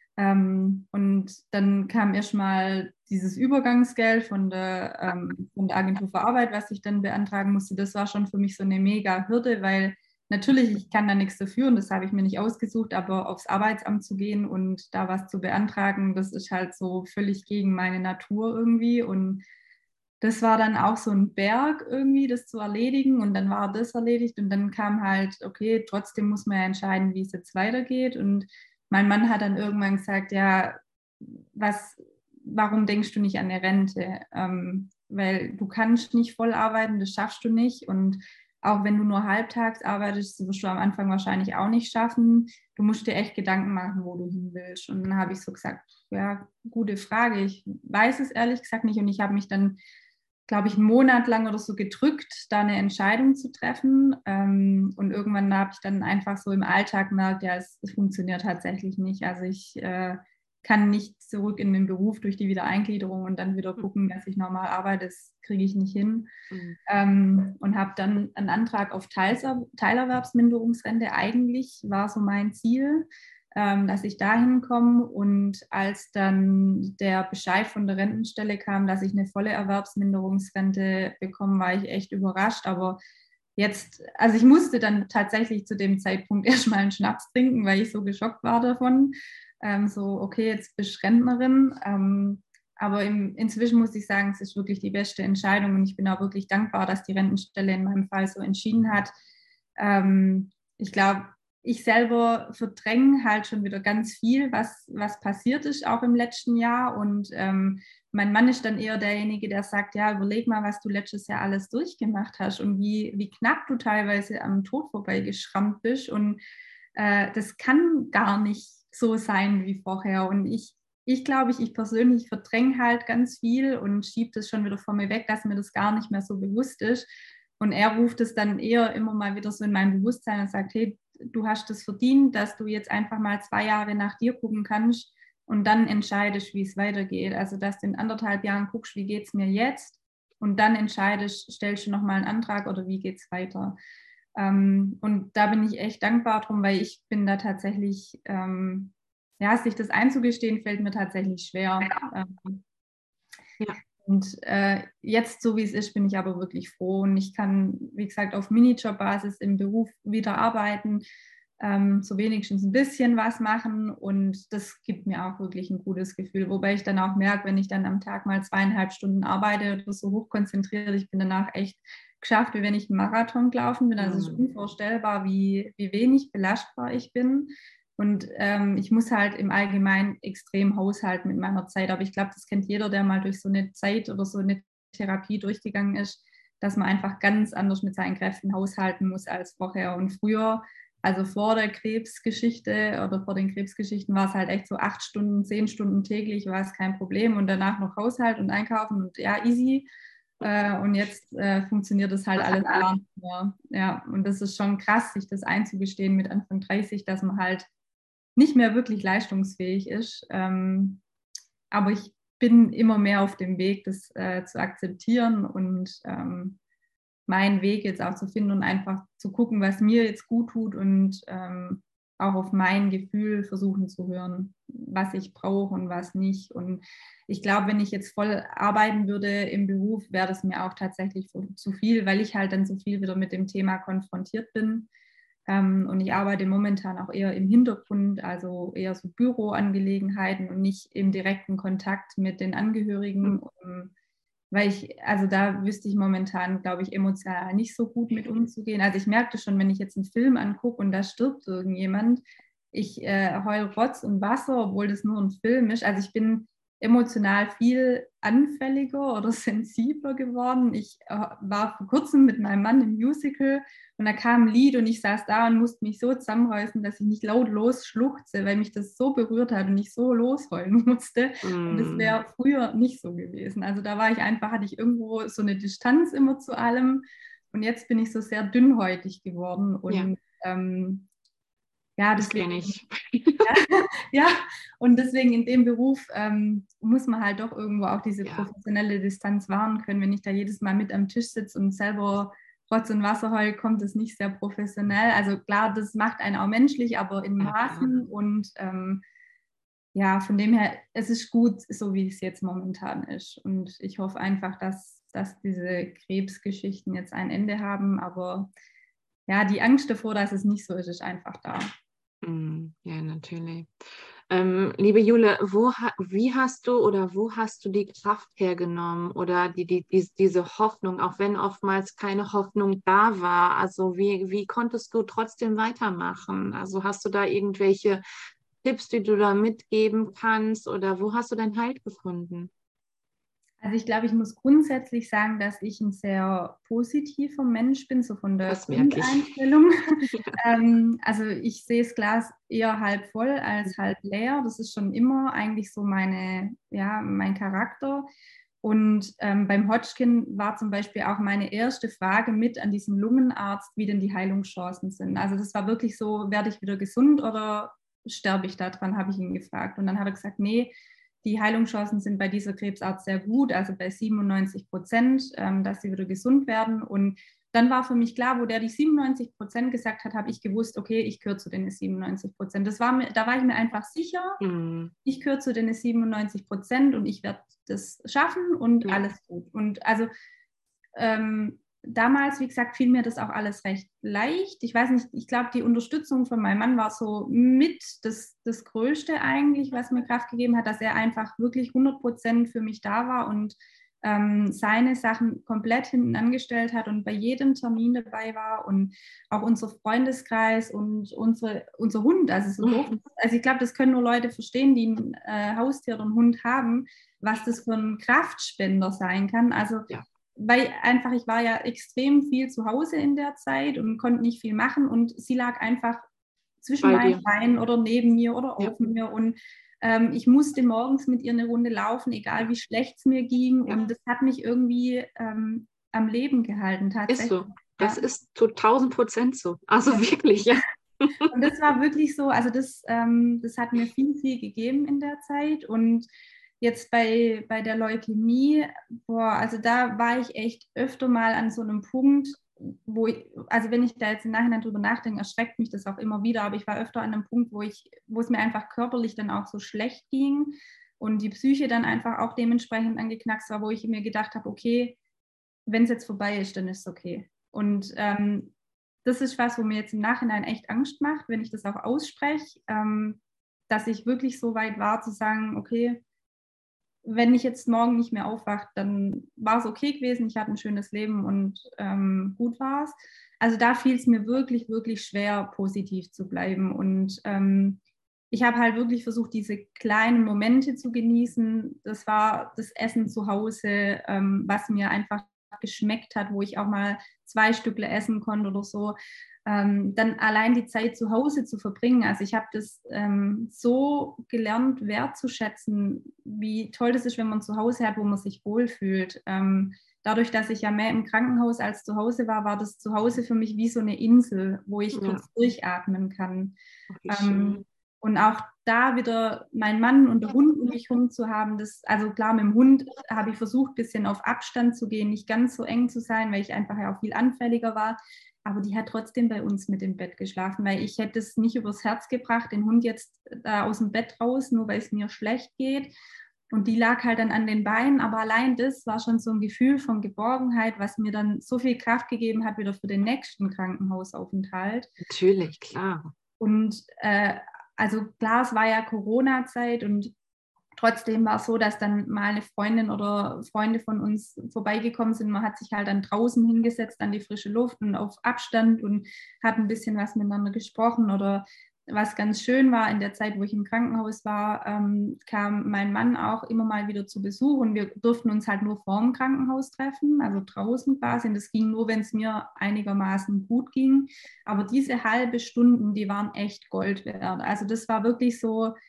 Ähm, und dann kam erstmal dieses Übergangsgeld von der, ähm, von der Agentur für Arbeit, was ich dann beantragen musste. Das war schon für mich so eine mega Hürde, weil natürlich, ich kann da nichts dafür und das habe ich mir nicht ausgesucht, aber aufs Arbeitsamt zu gehen und da was zu beantragen, das ist halt so völlig gegen meine Natur irgendwie. Und das war dann auch so ein Berg irgendwie, das zu erledigen, und dann war das erledigt und dann kam halt, okay, trotzdem muss man ja entscheiden, wie es jetzt weitergeht. Und mein Mann hat dann irgendwann gesagt, ja, was, warum denkst du nicht an eine Rente? Ähm, weil du kannst nicht voll arbeiten, das schaffst du nicht, und auch wenn du nur halbtags arbeitest, wirst du am Anfang wahrscheinlich auch nicht schaffen. Du musst dir echt Gedanken machen, wo du hin willst. Und dann habe ich so gesagt, ja, gute Frage. Ich weiß es ehrlich gesagt nicht. Und ich habe mich dann, glaube ich, einen Monat lang oder so gedrückt, da eine Entscheidung zu treffen. Ähm, und irgendwann habe ich dann einfach so im Alltag gemerkt, ja, es, es funktioniert tatsächlich nicht. Also ich äh, kann nicht zurück in den Beruf durch die Wiedereingliederung und dann wieder gucken, dass ich normal arbeite. Das kriege ich nicht hin. Mhm. Ähm, und habe dann einen Antrag auf Teils- Teilerwerbsminderungsrente. Eigentlich war so mein Ziel, ähm, dass ich da hinkomme. Und als dann der Bescheid von der Rentenstelle kam, dass ich eine volle Erwerbsminderungsrente bekomme, war ich echt überrascht. Aber jetzt, also ich musste dann tatsächlich zu dem Zeitpunkt erstmal einen Schnaps trinken, weil ich so geschockt war davon. Ähm, so, okay, jetzt bist du Rentnerin. Ähm, aber im, inzwischen muss ich sagen, es ist wirklich die beste Entscheidung, und ich bin auch wirklich dankbar, dass die Rentenstelle in meinem Fall so entschieden hat. Ähm, ich glaube, ich selber verdränge halt schon wieder ganz viel, was, was passiert ist, auch im letzten Jahr. Und ähm, mein Mann ist dann eher derjenige, der sagt, ja, überleg mal, was du letztes Jahr alles durchgemacht hast und wie, wie knapp du teilweise am Tod vorbeigeschrammt bist. Und äh, das kann gar nicht so sein wie vorher. Und ich, ich glaube, ich, ich persönlich verdränge halt ganz viel und schiebe das schon wieder vor mir weg, dass mir das gar nicht mehr so bewusst ist. Und er ruft es dann eher immer mal wieder so in mein Bewusstsein und sagt, hey, du hast es verdient, dass du jetzt einfach mal zwei Jahre nach dir gucken kannst und dann entscheidest, wie es weitergeht. Also, dass du in anderthalb Jahren guckst, wie geht es mir jetzt, und dann entscheidest, stellst du nochmal einen Antrag oder wie geht es weiter. Ähm, und da bin ich echt dankbar drum, weil ich bin da tatsächlich, ähm, ja, sich das einzugestehen, fällt mir tatsächlich schwer. Ähm, ja. Und äh, jetzt, so wie es ist, bin ich aber wirklich froh, und ich kann, wie gesagt, auf Minijob-Basis im Beruf wieder arbeiten, ähm, so wenigstens ein bisschen was machen, und das gibt mir auch wirklich ein gutes Gefühl, wobei ich dann auch merke, wenn ich dann am Tag mal zweieinhalb Stunden arbeite oder so hochkonzentriert, ich bin danach echt geschafft, wie wenn ich einen Marathon gelaufen bin. Also es ist unvorstellbar, wie, wie wenig belastbar ich bin. Und ähm, ich muss halt im Allgemeinen extrem haushalten mit meiner Zeit. Aber ich glaube, das kennt jeder, der mal durch so eine Zeit oder so eine Therapie durchgegangen ist, dass man einfach ganz anders mit seinen Kräften haushalten muss als vorher. Und früher, also vor der Krebsgeschichte oder vor den Krebsgeschichten, war es halt echt so acht Stunden, zehn Stunden täglich, war es kein Problem. Und danach noch Haushalt und Einkaufen und ja, easy. Äh, und jetzt äh, funktioniert das halt alles gar nicht mehr. Ja, und das ist schon krass, sich das einzugestehen mit Anfang dreißig, dass man halt nicht mehr wirklich leistungsfähig ist. Ähm, aber ich bin immer mehr auf dem Weg, das äh, zu akzeptieren und ähm, meinen Weg jetzt auch zu finden und einfach zu gucken, was mir jetzt gut tut, und ähm, auch auf mein Gefühl versuchen zu hören, was ich brauche und was nicht. Und ich glaube, wenn ich jetzt voll arbeiten würde im Beruf, wäre das mir auch tatsächlich zu viel, weil ich halt dann so viel wieder mit dem Thema konfrontiert bin. Ähm, und ich arbeite momentan auch eher im Hintergrund, also eher so Büroangelegenheiten und nicht im direkten Kontakt mit den Angehörigen. Um, weil ich, also da wüsste ich momentan, glaube ich, emotional nicht so gut mit umzugehen. Also ich merke das schon, wenn ich jetzt einen Film angucke und da stirbt irgendjemand, ich äh, heul Rotz und Wasser, obwohl das nur ein Film ist. Also ich bin emotional viel anfälliger oder sensibler geworden. Ich äh, war vor kurzem mit meinem Mann im Musical und da kam ein Lied und ich saß da und musste mich so zusammenreißen, dass ich nicht laut losschluchze, weil mich das so berührt hat und ich so losheulen musste. Mm. Und das wäre früher nicht so gewesen. Also da war ich einfach, hatte ich irgendwo so eine Distanz immer zu allem, und jetzt bin ich so sehr dünnhäutig geworden und ja. Ähm, Ja, das kenne ich. ja, ja, und deswegen in dem Beruf ähm, muss man halt doch irgendwo auch diese ja. professionelle Distanz wahren können. Wenn ich da jedes Mal mit am Tisch sitze und selber Rotz und Wasserheul kommt es nicht sehr professionell. Also klar, das macht einen auch menschlich, aber in Maßen. Und ähm, ja, von dem her, es ist gut, so wie es jetzt momentan ist. Und ich hoffe einfach, dass, dass diese Krebsgeschichten jetzt ein Ende haben. Aber ja, die Angst davor, dass es nicht so ist, ist einfach da. Ja, natürlich. Ähm, liebe Jule, wo, wie hast du oder wo hast du die Kraft hergenommen oder die, die, die, diese Hoffnung, auch wenn oftmals keine Hoffnung da war? Also wie, wie konntest du trotzdem weitermachen? Also hast du da irgendwelche Tipps, die du da mitgeben kannst oder wo hast du dein Halt gefunden? Also ich glaube, ich muss grundsätzlich sagen, dass ich ein sehr positiver Mensch bin, so von der Grundeinstellung. ähm, also ich sehe das Glas eher halb voll als halb leer. Das ist schon immer eigentlich so meine, ja, mein Charakter. Und ähm, beim Hodgkin war zum Beispiel auch meine erste Frage mit an diesen Lungenarzt, wie denn die Heilungschancen sind. Also das war wirklich so, werde ich wieder gesund oder sterbe ich daran, habe ich ihn gefragt. Und dann hat er gesagt, nee, die Heilungschancen sind bei dieser Krebsart sehr gut, also bei siebenundneunzig Prozent, ähm, dass sie wieder gesund werden. Und dann war für mich klar, wo der die siebenundneunzig Prozent gesagt hat, habe ich gewusst, okay, ich gehöre zu den siebenundneunzig Prozent. Das war mir, da war ich mir einfach sicher, mhm. ich gehöre zu den siebenundneunzig Prozent und ich werde das schaffen und ja. alles gut. Und also ähm, damals, wie gesagt, fiel mir das auch alles recht leicht. Ich weiß nicht, ich glaube, die Unterstützung von meinem Mann war so mit das, das Größte eigentlich, was mir Kraft gegeben hat, dass er einfach wirklich hundert Prozent für mich da war und ähm, seine Sachen komplett hinten angestellt hat und bei jedem Termin dabei war und auch unser Freundeskreis und unsere, unser Hund, also so doof. Also ich glaube, das können nur Leute verstehen, die ein äh, Haustier oder einen Hund haben, was das für ein Kraftspender sein kann. Also ja. Weil einfach, ich war ja extrem viel zu Hause in der Zeit und konnte nicht viel machen und sie lag einfach zwischen meinen Beinen oder neben mir oder ja. auf mir und ähm, ich musste morgens mit ihr eine Runde laufen, egal wie schlecht es mir ging ja. und das hat mich irgendwie ähm, am Leben gehalten tatsächlich. Ist so, das ja. ist zu tausend Prozent so, also ja. wirklich, ja. Und das war wirklich so, also das, ähm, das hat mir viel, viel gegeben in der Zeit und jetzt bei, bei der Leukämie, boah, also da war ich echt öfter mal an so einem Punkt, wo ich, also wenn ich da jetzt im Nachhinein drüber nachdenke, erschreckt mich das auch immer wieder, aber ich war öfter an einem Punkt, wo ich, wo es mir einfach körperlich dann auch so schlecht ging und die Psyche dann einfach auch dementsprechend angeknackst war, wo ich mir gedacht habe, okay, wenn es jetzt vorbei ist, dann ist es okay. Und ähm, das ist was, wo mir jetzt im Nachhinein echt Angst macht, wenn ich das auch ausspreche, ähm, dass ich wirklich so weit war zu sagen, okay, wenn ich jetzt morgen nicht mehr aufwache, dann war es okay gewesen, ich hatte ein schönes Leben und ähm, gut war es. Also da fiel es mir wirklich, wirklich schwer, positiv zu bleiben. Und ähm, ich habe halt wirklich versucht, diese kleinen Momente zu genießen. Das war das Essen zu Hause, ähm, was mir einfach geschmeckt hat, wo ich auch mal zwei Stückle essen konnte oder so. Ähm, dann allein die Zeit zu Hause zu verbringen. Also ich habe das ähm, so gelernt, wertzuschätzen, wie toll das ist, wenn man zu Hause hat, wo man sich wohlfühlt. Ähm, dadurch, dass ich ja mehr im Krankenhaus als zu Hause war, war das zu Hause für mich wie so eine Insel, wo ich ja. kurz durchatmen kann. Ähm, und auch da wieder meinen Mann und der Hund um mich herum zu haben, das, also klar, mit dem Hund habe ich versucht, ein bisschen auf Abstand zu gehen, nicht ganz so eng zu sein, weil ich einfach ja auch viel anfälliger war. Aber die hat trotzdem bei uns mit im Bett geschlafen, weil ich hätte es nicht übers Herz gebracht, den Hund jetzt da aus dem Bett raus, nur weil es mir schlecht geht. Und die lag halt dann an den Beinen, aber allein das war schon so ein Gefühl von Geborgenheit, was mir dann so viel Kraft gegeben hat, wieder für den nächsten Krankenhausaufenthalt. Natürlich, klar. Und äh, also klar, es war ja Corona-Zeit und trotzdem war es so, dass dann mal eine Freundin oder Freunde von uns vorbeigekommen sind. Man hat sich halt dann draußen hingesetzt an die frische Luft und auf Abstand und hat ein bisschen was miteinander gesprochen. Oder was ganz schön war, in der Zeit, wo ich im Krankenhaus war, ähm, kam mein Mann auch immer mal wieder zu Besuch und wir durften uns halt nur vorm Krankenhaus treffen, also draußen quasi. Und das ging nur, wenn es mir einigermaßen gut ging. Aber diese halbe Stunden, die waren echt Gold wert. Also das war wirklich so,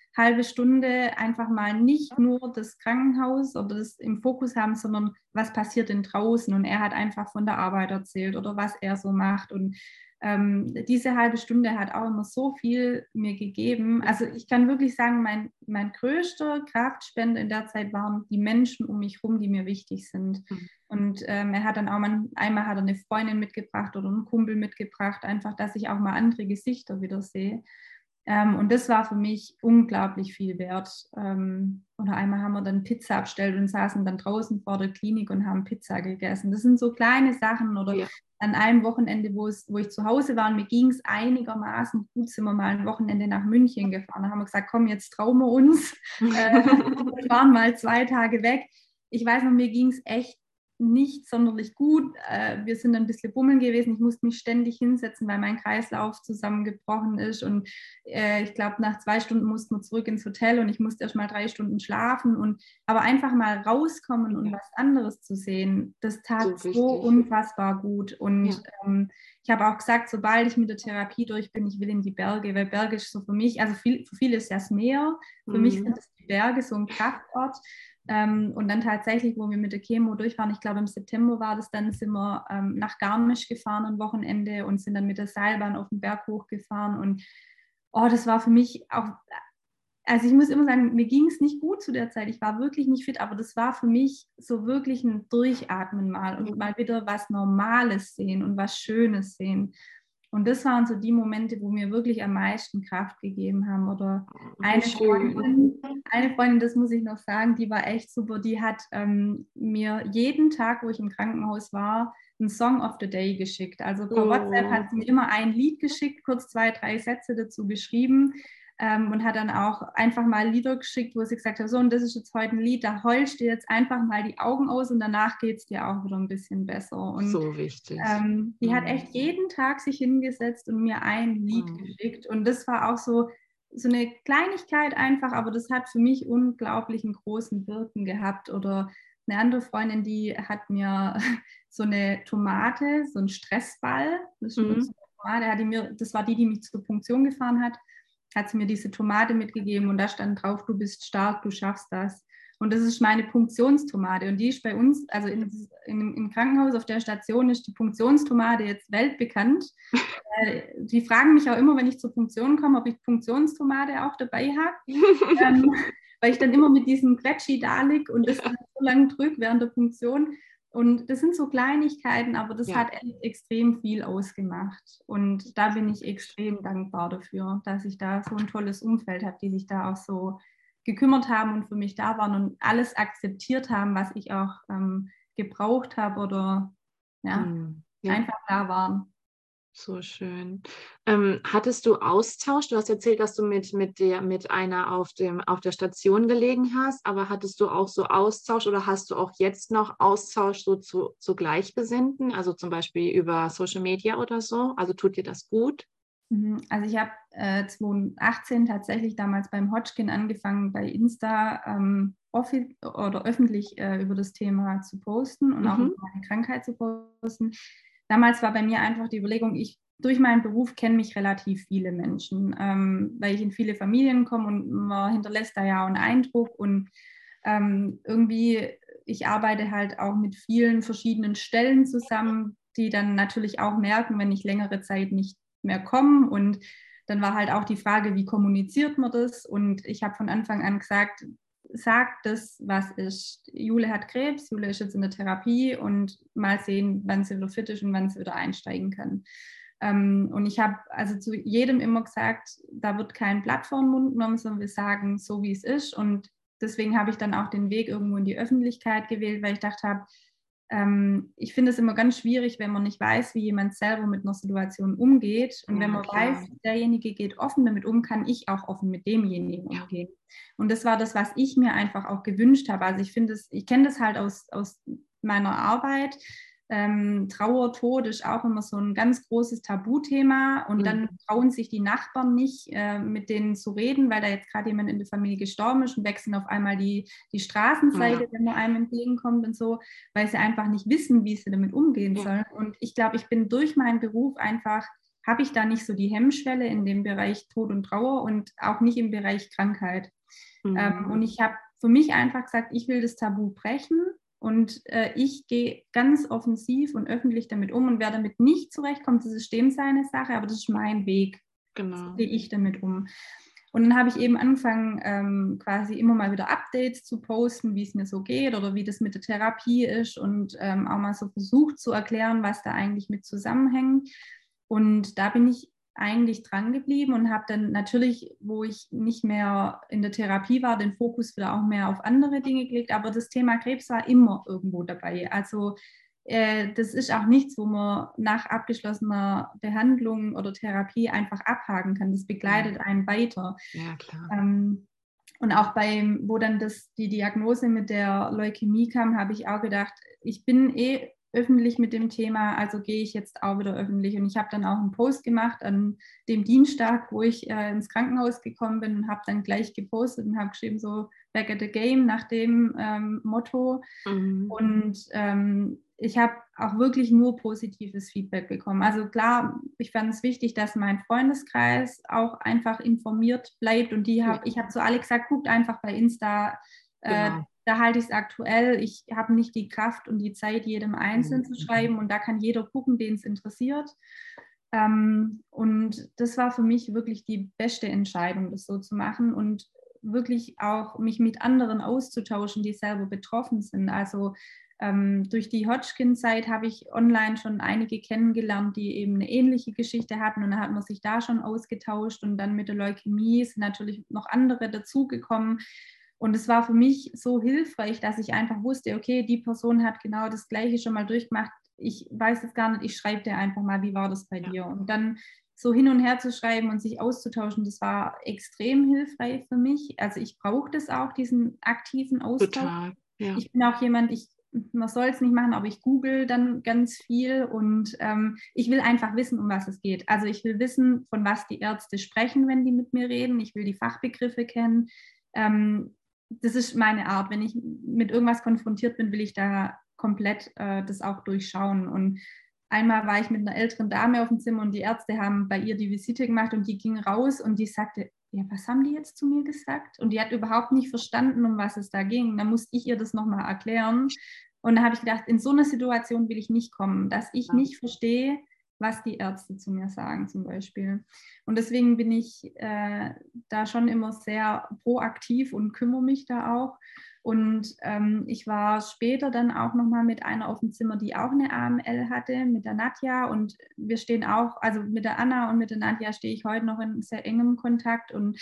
halbe Stunde einfach mal nicht nur das Krankenhaus oder das im Fokus haben, sondern was passiert denn draußen. Und er hat einfach von der Arbeit erzählt oder was er so macht. Und ähm, diese halbe Stunde hat auch immer so viel mir gegeben. Also ich kann wirklich sagen, mein, mein größter Kraftspender in der Zeit waren die Menschen um mich herum, die mir wichtig sind. Mhm. Und ähm, er hat dann auch mal, einmal hat er eine Freundin mitgebracht oder einen Kumpel mitgebracht, einfach, dass ich auch mal andere Gesichter wieder sehe. Ähm, und das war für mich unglaublich viel wert. Ähm, oder einmal haben wir dann Pizza bestellt und saßen dann draußen vor der Klinik und haben Pizza gegessen. Das sind so kleine Sachen. Oder ja. An einem Wochenende, wo, es, wo ich zu Hause war, und mir ging es einigermaßen gut, sind wir mal ein Wochenende nach München gefahren. Da haben wir gesagt, komm, jetzt trauen wir uns. äh, wir waren mal zwei Tage weg. Ich weiß noch, mir ging es echt nicht sonderlich gut. Äh, wir sind ein bisschen bummeln gewesen. Ich musste mich ständig hinsetzen, weil mein Kreislauf zusammengebrochen ist. Und äh, ich glaube, nach zwei Stunden mussten wir zurück ins Hotel und ich musste erst mal drei Stunden schlafen. Und, aber einfach mal rauskommen und was anderes zu sehen, das tat so, so unfassbar gut. Und ja. ähm, ich habe auch gesagt, sobald ich mit der Therapie durch bin, ich will in die Berge, weil Berge ist so für mich, also viel, für viele ist das Meer, für mhm. mich sind das die Berge, so ein Kraftort. Ähm, und dann tatsächlich, wo wir mit der Chemo durch waren, ich glaube im September war das dann, sind wir ähm, nach Garmisch gefahren am Wochenende und sind dann mit der Seilbahn auf den Berg hochgefahren. Und oh, das war für mich auch, also ich muss immer sagen, mir ging es nicht gut zu der Zeit. Ich war wirklich nicht fit, aber das war für mich so wirklich ein Durchatmen mal und mal wieder was Normales sehen und was Schönes sehen. Und das waren so die Momente, wo mir wirklich am meisten Kraft gegeben haben. Oder eine Freundin, eine Freundin, das muss ich noch sagen, die war echt super. Die hat ähm, mir jeden Tag, wo ich im Krankenhaus war, einen Song of the Day geschickt. Also per oh. WhatsApp hat sie mir immer ein Lied geschickt, kurz zwei, drei Sätze dazu geschrieben. Ähm, und hat dann auch einfach mal Lieder geschickt, wo sie gesagt hat, so, und das ist jetzt heute ein Lied, da heulst du jetzt einfach mal die Augen aus und danach geht es dir auch wieder ein bisschen besser. Und, so wichtig. Ähm, die mhm. hat echt jeden Tag sich hingesetzt und mir ein Lied mhm. geschickt. Und das war auch so, so eine Kleinigkeit einfach, aber das hat für mich unglaublich einen großen Wirken gehabt. Oder eine andere Freundin, die hat mir so eine Tomate, so einen Stressball, das, ist mhm. so eine Tomate, hat die mir, das war die, die mich zur Punktion gefahren hat, hat sie mir diese Tomate mitgegeben und da stand drauf, du bist stark, du schaffst das. Und das ist meine Punktionstomate und die ist bei uns, also in, in, im Krankenhaus auf der Station ist die Punktionstomate jetzt weltbekannt. äh, die fragen mich auch immer, wenn ich zur Punktion komme, ob ich Punktionstomate auch dabei habe, ähm, weil ich dann immer mit diesem Quetschi da liege und das so lange drücke während der Punktion. Und das sind so Kleinigkeiten, aber das ja. hat echt extrem viel ausgemacht. Und da bin ich extrem dankbar dafür, dass ich da so ein tolles Umfeld habe, die sich da auch so gekümmert haben und für mich da waren und alles akzeptiert haben, was ich auch ähm, gebraucht habe oder ja, mhm. ja. einfach da waren. So schön. Ähm, hattest du Austausch? Du hast erzählt, dass du mit, mit, der, mit einer auf, dem, auf der Station gelegen hast, aber hattest du auch so Austausch oder hast du auch jetzt noch Austausch so zu, zu Gleichgesinnten, also zum Beispiel über Social Media oder so? Also tut dir das gut? Also ich habe äh, zwanzig achtzehn tatsächlich damals beim Hodgkin angefangen, bei Insta ähm, offi- oder öffentlich äh, über das Thema zu posten und mhm. auch über meine Krankheit zu posten. Damals war bei mir einfach die Überlegung, ich durch meinen Beruf kenne mich relativ viele Menschen, ähm, weil ich in viele Familien komme und man hinterlässt da ja auch einen Eindruck und ähm, irgendwie, ich arbeite halt auch mit vielen verschiedenen Stellen zusammen, die dann natürlich auch merken, wenn ich längere Zeit nicht mehr komme und dann war halt auch die Frage, wie kommuniziert man das und ich habe von Anfang an gesagt, sagt das, was ist. Jule hat Krebs, Jule ist jetzt in der Therapie und mal sehen, wann sie wieder fit ist und wann sie wieder einsteigen kann. Ähm, und ich habe also zu jedem immer gesagt, da wird kein Blatt vor den Mund genommen, sondern wir sagen so, wie es ist. Und deswegen habe ich dann auch den Weg irgendwo in die Öffentlichkeit gewählt, weil ich dachte habe, ähm, ich finde es immer ganz schwierig, wenn man nicht weiß, wie jemand selber mit einer Situation umgeht. Und ja, wenn man klar. weiß, derjenige geht offen damit um, kann ich auch offen mit demjenigen umgehen. Und das war das, was ich mir einfach auch gewünscht habe. Also ich finde es, ich kenne das halt aus, aus meiner Arbeit. Ähm, Trauer, Tod ist auch immer so ein ganz großes Tabuthema und mhm. dann trauen sich die Nachbarn nicht, äh, mit denen zu reden, weil da jetzt gerade jemand in der Familie gestorben ist und wechseln auf einmal die, die Straßenseite, ja. wenn man einem entgegenkommt und so, weil sie einfach nicht wissen, wie sie damit umgehen ja. sollen. Und ich glaube, ich bin durch meinen Beruf einfach, habe ich da nicht so die Hemmschwelle in dem Bereich Tod und Trauer und auch nicht im Bereich Krankheit. Mhm. Ähm, und ich habe für mich einfach gesagt, ich will das Tabu brechen und äh, ich gehe ganz offensiv und öffentlich damit um und wer damit nicht zurechtkommt, das ist dem seine Sache, aber das ist mein Weg. Genau. So gehe ich damit um. Und dann habe ich eben angefangen, ähm, quasi immer mal wieder Updates zu posten, wie es mir so geht oder wie das mit der Therapie ist und ähm, auch mal so versucht zu erklären, was da eigentlich mit zusammenhängt. Und da bin ich eigentlich dran geblieben und habe dann natürlich, wo ich nicht mehr in der Therapie war, den Fokus wieder auch mehr auf andere Dinge gelegt. Aber das Thema Krebs war immer irgendwo dabei. Also äh, das ist auch nichts, wo man nach abgeschlossener Behandlung oder Therapie einfach abhaken kann. Das begleitet einen weiter. Ja, klar. Ähm, und auch beim, wo dann das, die Diagnose mit der Leukämie kam, habe ich auch gedacht, ich bin eh öffentlich mit dem Thema, also gehe ich jetzt auch wieder öffentlich. Und ich habe dann auch einen Post gemacht an dem Dienstag, wo ich äh, ins Krankenhaus gekommen bin und habe dann gleich gepostet und habe geschrieben, so back at the game nach dem ähm, Motto. Mhm. Und ähm, ich habe auch wirklich nur positives Feedback bekommen. Also klar, ich fand es wichtig, dass mein Freundeskreis auch einfach informiert bleibt. Und die hab, ich habe zu alle gesagt, guckt einfach bei Insta, genau. äh, da halte ich es aktuell. Ich habe nicht die Kraft und die Zeit, jedem einzeln mhm. zu schreiben. Und da kann jeder gucken, den es interessiert. Ähm, und das war für mich wirklich die beste Entscheidung, das so zu machen und wirklich auch mich mit anderen auszutauschen, die selber betroffen sind. Also ähm, durch die Hodgkin-Zeit habe ich online schon einige kennengelernt, die eben eine ähnliche Geschichte hatten und dann hat man sich da schon ausgetauscht und dann mit der Leukämie sind natürlich noch andere dazugekommen. Und es war für mich so hilfreich, dass ich einfach wusste, okay, die Person hat genau das Gleiche schon mal durchgemacht. Ich weiß es gar nicht, ich schreibe dir einfach mal, wie war das bei ja. dir? Und dann so hin und her zu schreiben und sich auszutauschen, das war extrem hilfreich für mich. Also ich brauche das auch, diesen aktiven Austausch. Total, ja. Ich bin auch jemand, ich, man soll es nicht machen, aber ich google dann ganz viel und ähm, ich will einfach wissen, um was es geht. Also ich will wissen, von was die Ärzte sprechen, wenn die mit mir reden. Ich will die Fachbegriffe kennen. Ähm, das ist meine Art. Wenn ich mit irgendwas konfrontiert bin, will ich da komplett äh, das auch durchschauen. Und einmal war ich mit einer älteren Dame auf dem Zimmer und die Ärzte haben bei ihr die Visite gemacht und die ging raus und die sagte, ja, was haben die jetzt zu mir gesagt? Und die hat überhaupt nicht verstanden, um was es da ging. Dann musste ich ihr das nochmal erklären. Und da habe ich gedacht, in so eine Situation will ich nicht kommen, dass ich nicht verstehe, was die Ärzte zu mir sagen zum Beispiel. Und deswegen bin ich äh, da schon immer sehr proaktiv und kümmere mich da auch. Und ähm, ich war später dann auch nochmal mit einer auf dem Zimmer, die auch eine A M L hatte, mit der Nadja. Und wir stehen auch, also mit der Anna und mit der Nadja stehe ich heute noch in sehr engem Kontakt. Und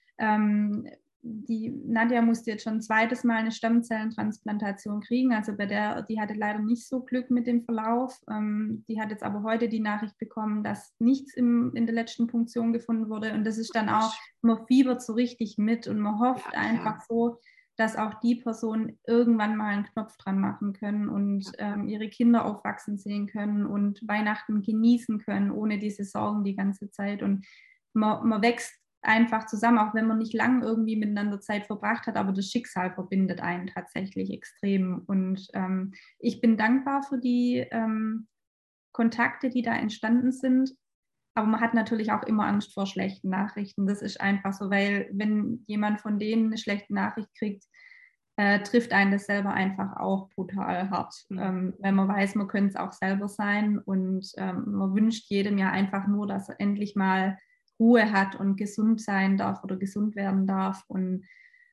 ähm, die Nadja musste jetzt schon ein zweites Mal eine Stammzellentransplantation kriegen. Also bei der, die hatte leider nicht so Glück mit dem Verlauf. Ähm, die hat jetzt aber heute die Nachricht bekommen, dass nichts im, in der letzten Punktion gefunden wurde. Und das ist dann auch, man fiebert so richtig mit und man hofft ja, einfach so, dass auch die Personen irgendwann mal einen Knopf dran machen können und ähm, ihre Kinder aufwachsen sehen können und Weihnachten genießen können, ohne diese Sorgen die ganze Zeit. Und man, man wächst einfach zusammen, auch wenn man nicht lang irgendwie miteinander Zeit verbracht hat, aber das Schicksal verbindet einen tatsächlich extrem. Und ähm, ich bin dankbar für die ähm, Kontakte, die da entstanden sind. Aber man hat natürlich auch immer Angst vor schlechten Nachrichten. Das ist einfach so, weil wenn jemand von denen eine schlechte Nachricht kriegt, äh, trifft einen das selber einfach auch brutal hart. Mhm. Ähm, weil man weiß, man könnte es auch selber sein und ähm, man wünscht jedem ja einfach nur, dass er endlich mal Ruhe hat und gesund sein darf oder gesund werden darf. Und,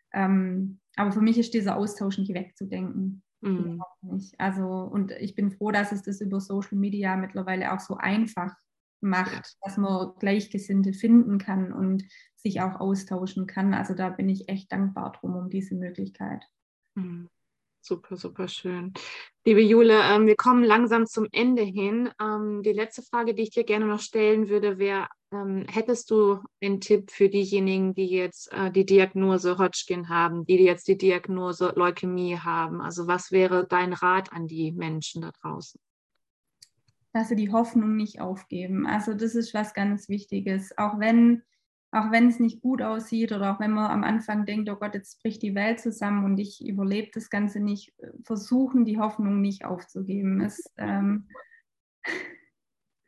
ähm, aber für mich ist dieser Austausch nicht wegzudenken. Mhm. Überhaupt nicht. Also, und ich bin froh, dass es das über Social Media mittlerweile auch so einfach macht, dass man Gleichgesinnte finden kann und sich auch austauschen kann. Also da bin ich echt dankbar drum, um diese Möglichkeit. Mhm. Super, super schön. Liebe Jule, ähm, wir kommen langsam zum Ende hin. Ähm, die letzte Frage, die ich dir gerne noch stellen würde, wäre, ähm, hättest du einen Tipp für diejenigen, die jetzt äh, die Diagnose Hodgkin haben, die jetzt die Diagnose Leukämie haben? Also was wäre dein Rat an die Menschen da draußen? Dass sie die Hoffnung nicht aufgeben. Also das ist was ganz Wichtiges. Auch wenn auch wenn es nicht gut aussieht oder auch wenn man am Anfang denkt, oh Gott, jetzt bricht die Welt zusammen und ich überlebe das Ganze nicht, versuchen, die Hoffnung nicht aufzugeben. Es, ähm,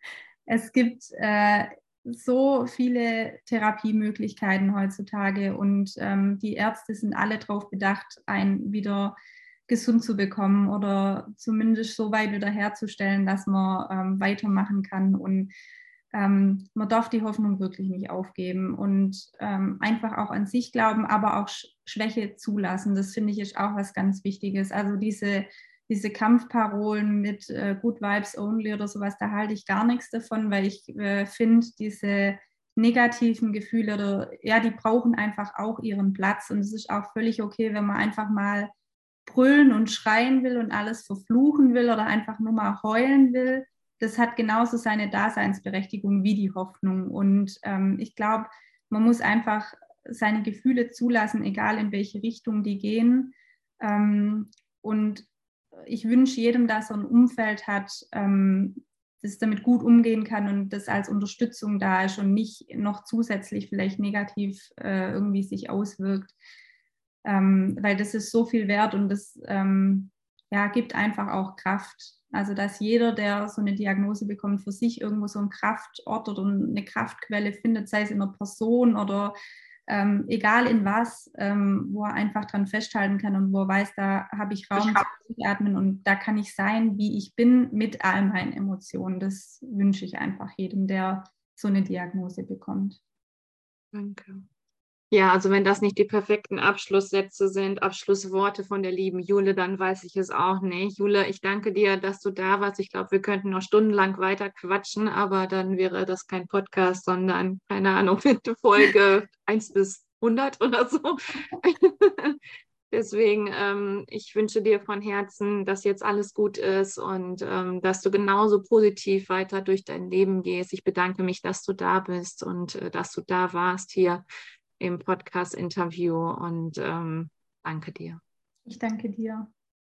Es gibt äh, so viele Therapiemöglichkeiten heutzutage und ähm, die Ärzte sind alle darauf bedacht, einen wieder gesund zu bekommen oder zumindest so weit wiederherzustellen, dass man ähm, weitermachen kann. Und ähm, man darf die Hoffnung wirklich nicht aufgeben und ähm, einfach auch an sich glauben, aber auch Sch- Schwäche zulassen. Das finde ich ist auch was ganz Wichtiges. Also diese diese Kampfparolen mit äh, Good Vibes Only oder sowas, da halte ich gar nichts davon, weil ich äh, finde, diese negativen Gefühle, oder, ja, die brauchen einfach auch ihren Platz. Und es ist auch völlig okay, wenn man einfach mal brüllen und schreien will und alles verfluchen will oder einfach nur mal heulen will. Das hat genauso seine Daseinsberechtigung wie die Hoffnung. Und ähm, ich glaube, man muss einfach seine Gefühle zulassen, egal in welche Richtung die gehen. Ähm, und ich wünsche jedem, dass er ein Umfeld hat, ähm, das damit gut umgehen kann und das als Unterstützung da ist und nicht noch zusätzlich vielleicht negativ äh, irgendwie sich auswirkt. Ähm, weil das ist so viel wert und das ähm, ja, gibt einfach auch Kraft. Also dass jeder, der so eine Diagnose bekommt, für sich irgendwo so einen Kraftort oder eine Kraftquelle findet, sei es in einer Person oder ähm, egal in was, ähm, wo er einfach dran festhalten kann und wo er weiß, da habe ich Raum zu atmen und da kann ich sein, wie ich bin, mit all meinen Emotionen. Das wünsche ich einfach jedem, der so eine Diagnose bekommt. Danke. Ja, also wenn das nicht die perfekten Abschlusssätze sind, Abschlussworte von der lieben Jule, dann weiß ich es auch nicht. Jule, ich danke dir, dass du da warst. Ich glaube, wir könnten noch stundenlang weiter quatschen, aber dann wäre das kein Podcast, sondern, keine Ahnung, Folge eins bis hundert oder so. Deswegen, ähm, ich wünsche dir von Herzen, dass jetzt alles gut ist und ähm, dass du genauso positiv weiter durch dein Leben gehst. Ich bedanke mich, dass du da bist und äh, dass du da warst hier im Podcast-Interview und ähm, danke dir. Ich danke dir.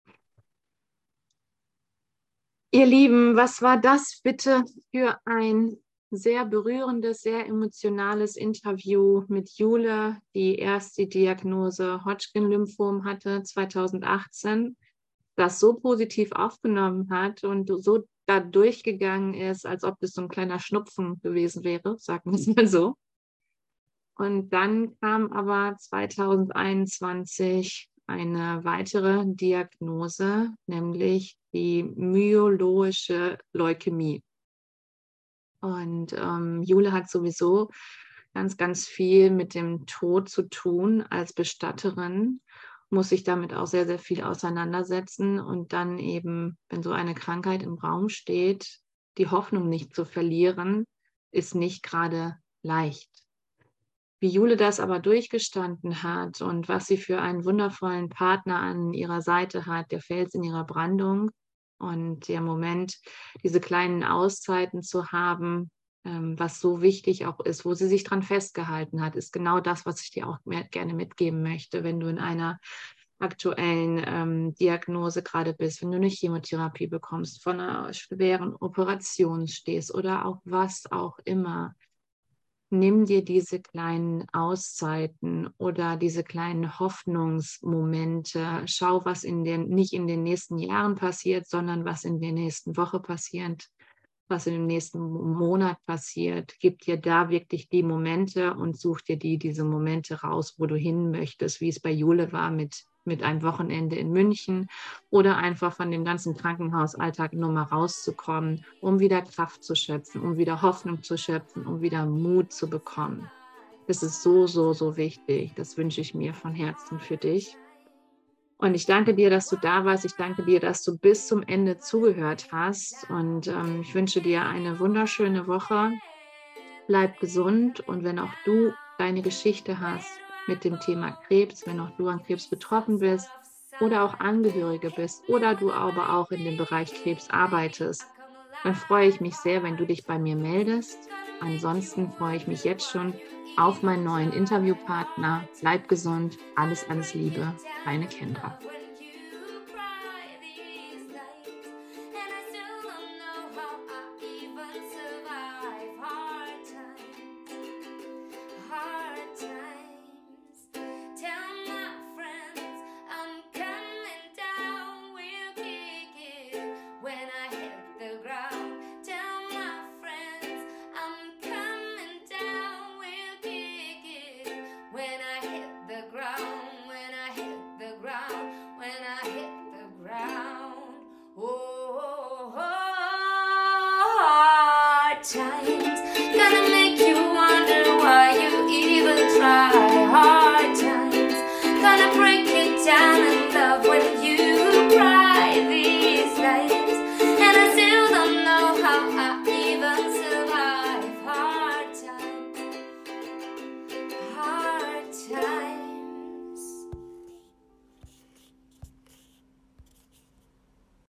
Ihr Lieben, was war das bitte für ein sehr berührendes, sehr emotionales Interview mit Jule, die erst die Diagnose Hodgkin-Lymphom hatte zweitausendachtzehn, das so positiv aufgenommen hat und so da durchgegangen ist, als ob das so ein kleiner Schnupfen gewesen wäre, sagen wir es mal so. Und dann kam aber zweitausendeinundzwanzig eine weitere Diagnose, nämlich die myeloische Leukämie. Und ähm, Jule hat sowieso ganz, ganz viel mit dem Tod zu tun als Bestatterin, muss sich damit auch sehr, sehr viel auseinandersetzen und dann eben, wenn so eine Krankheit im Raum steht, die Hoffnung nicht zu verlieren, ist nicht gerade leicht. Wie Jule das aber durchgestanden hat und was sie für einen wundervollen Partner an ihrer Seite hat, der Fels in ihrer Brandung und der Moment, diese kleinen Auszeiten zu haben, ähm, was so wichtig auch ist, wo sie sich dran festgehalten hat, ist genau das, was ich dir auch mehr, gerne mitgeben möchte, wenn du in einer aktuellen ähm, Diagnose gerade bist, wenn du eine Chemotherapie bekommst, vor einer schweren Operation stehst oder auch was auch immer. Nimm dir diese kleinen Auszeiten oder diese kleinen Hoffnungsmomente. Schau, was in den, nicht in den nächsten Jahren passiert, sondern was in der nächsten Woche passiert, was in dem nächsten Monat passiert. Gib dir da wirklich die Momente und such dir die, diese Momente raus, wo du hin möchtest, wie es bei Jule war mit, mit einem Wochenende in München oder einfach von dem ganzen Krankenhausalltag nur mal rauszukommen, um wieder Kraft zu schöpfen, um wieder Hoffnung zu schöpfen, um wieder Mut zu bekommen. Das ist so, so, so wichtig. Das wünsche ich mir von Herzen für dich. Und ich danke dir, dass du da warst. Ich danke dir, dass du bis zum Ende zugehört hast. Und ähm, ich wünsche dir eine wunderschöne Woche. Bleib gesund. Und wenn auch du deine Geschichte hast mit dem Thema Krebs, wenn auch du an Krebs betroffen bist oder auch Angehörige bist oder du aber auch in dem Bereich Krebs arbeitest, dann freue ich mich sehr, wenn du dich bei mir meldest. Ansonsten freue ich mich jetzt schon auf meinen neuen Interviewpartner. Bleib gesund. Alles, alles Liebe. Deine Kendra. When I hit the ground, tell my friends mind. Gonna make you wonder why you even try.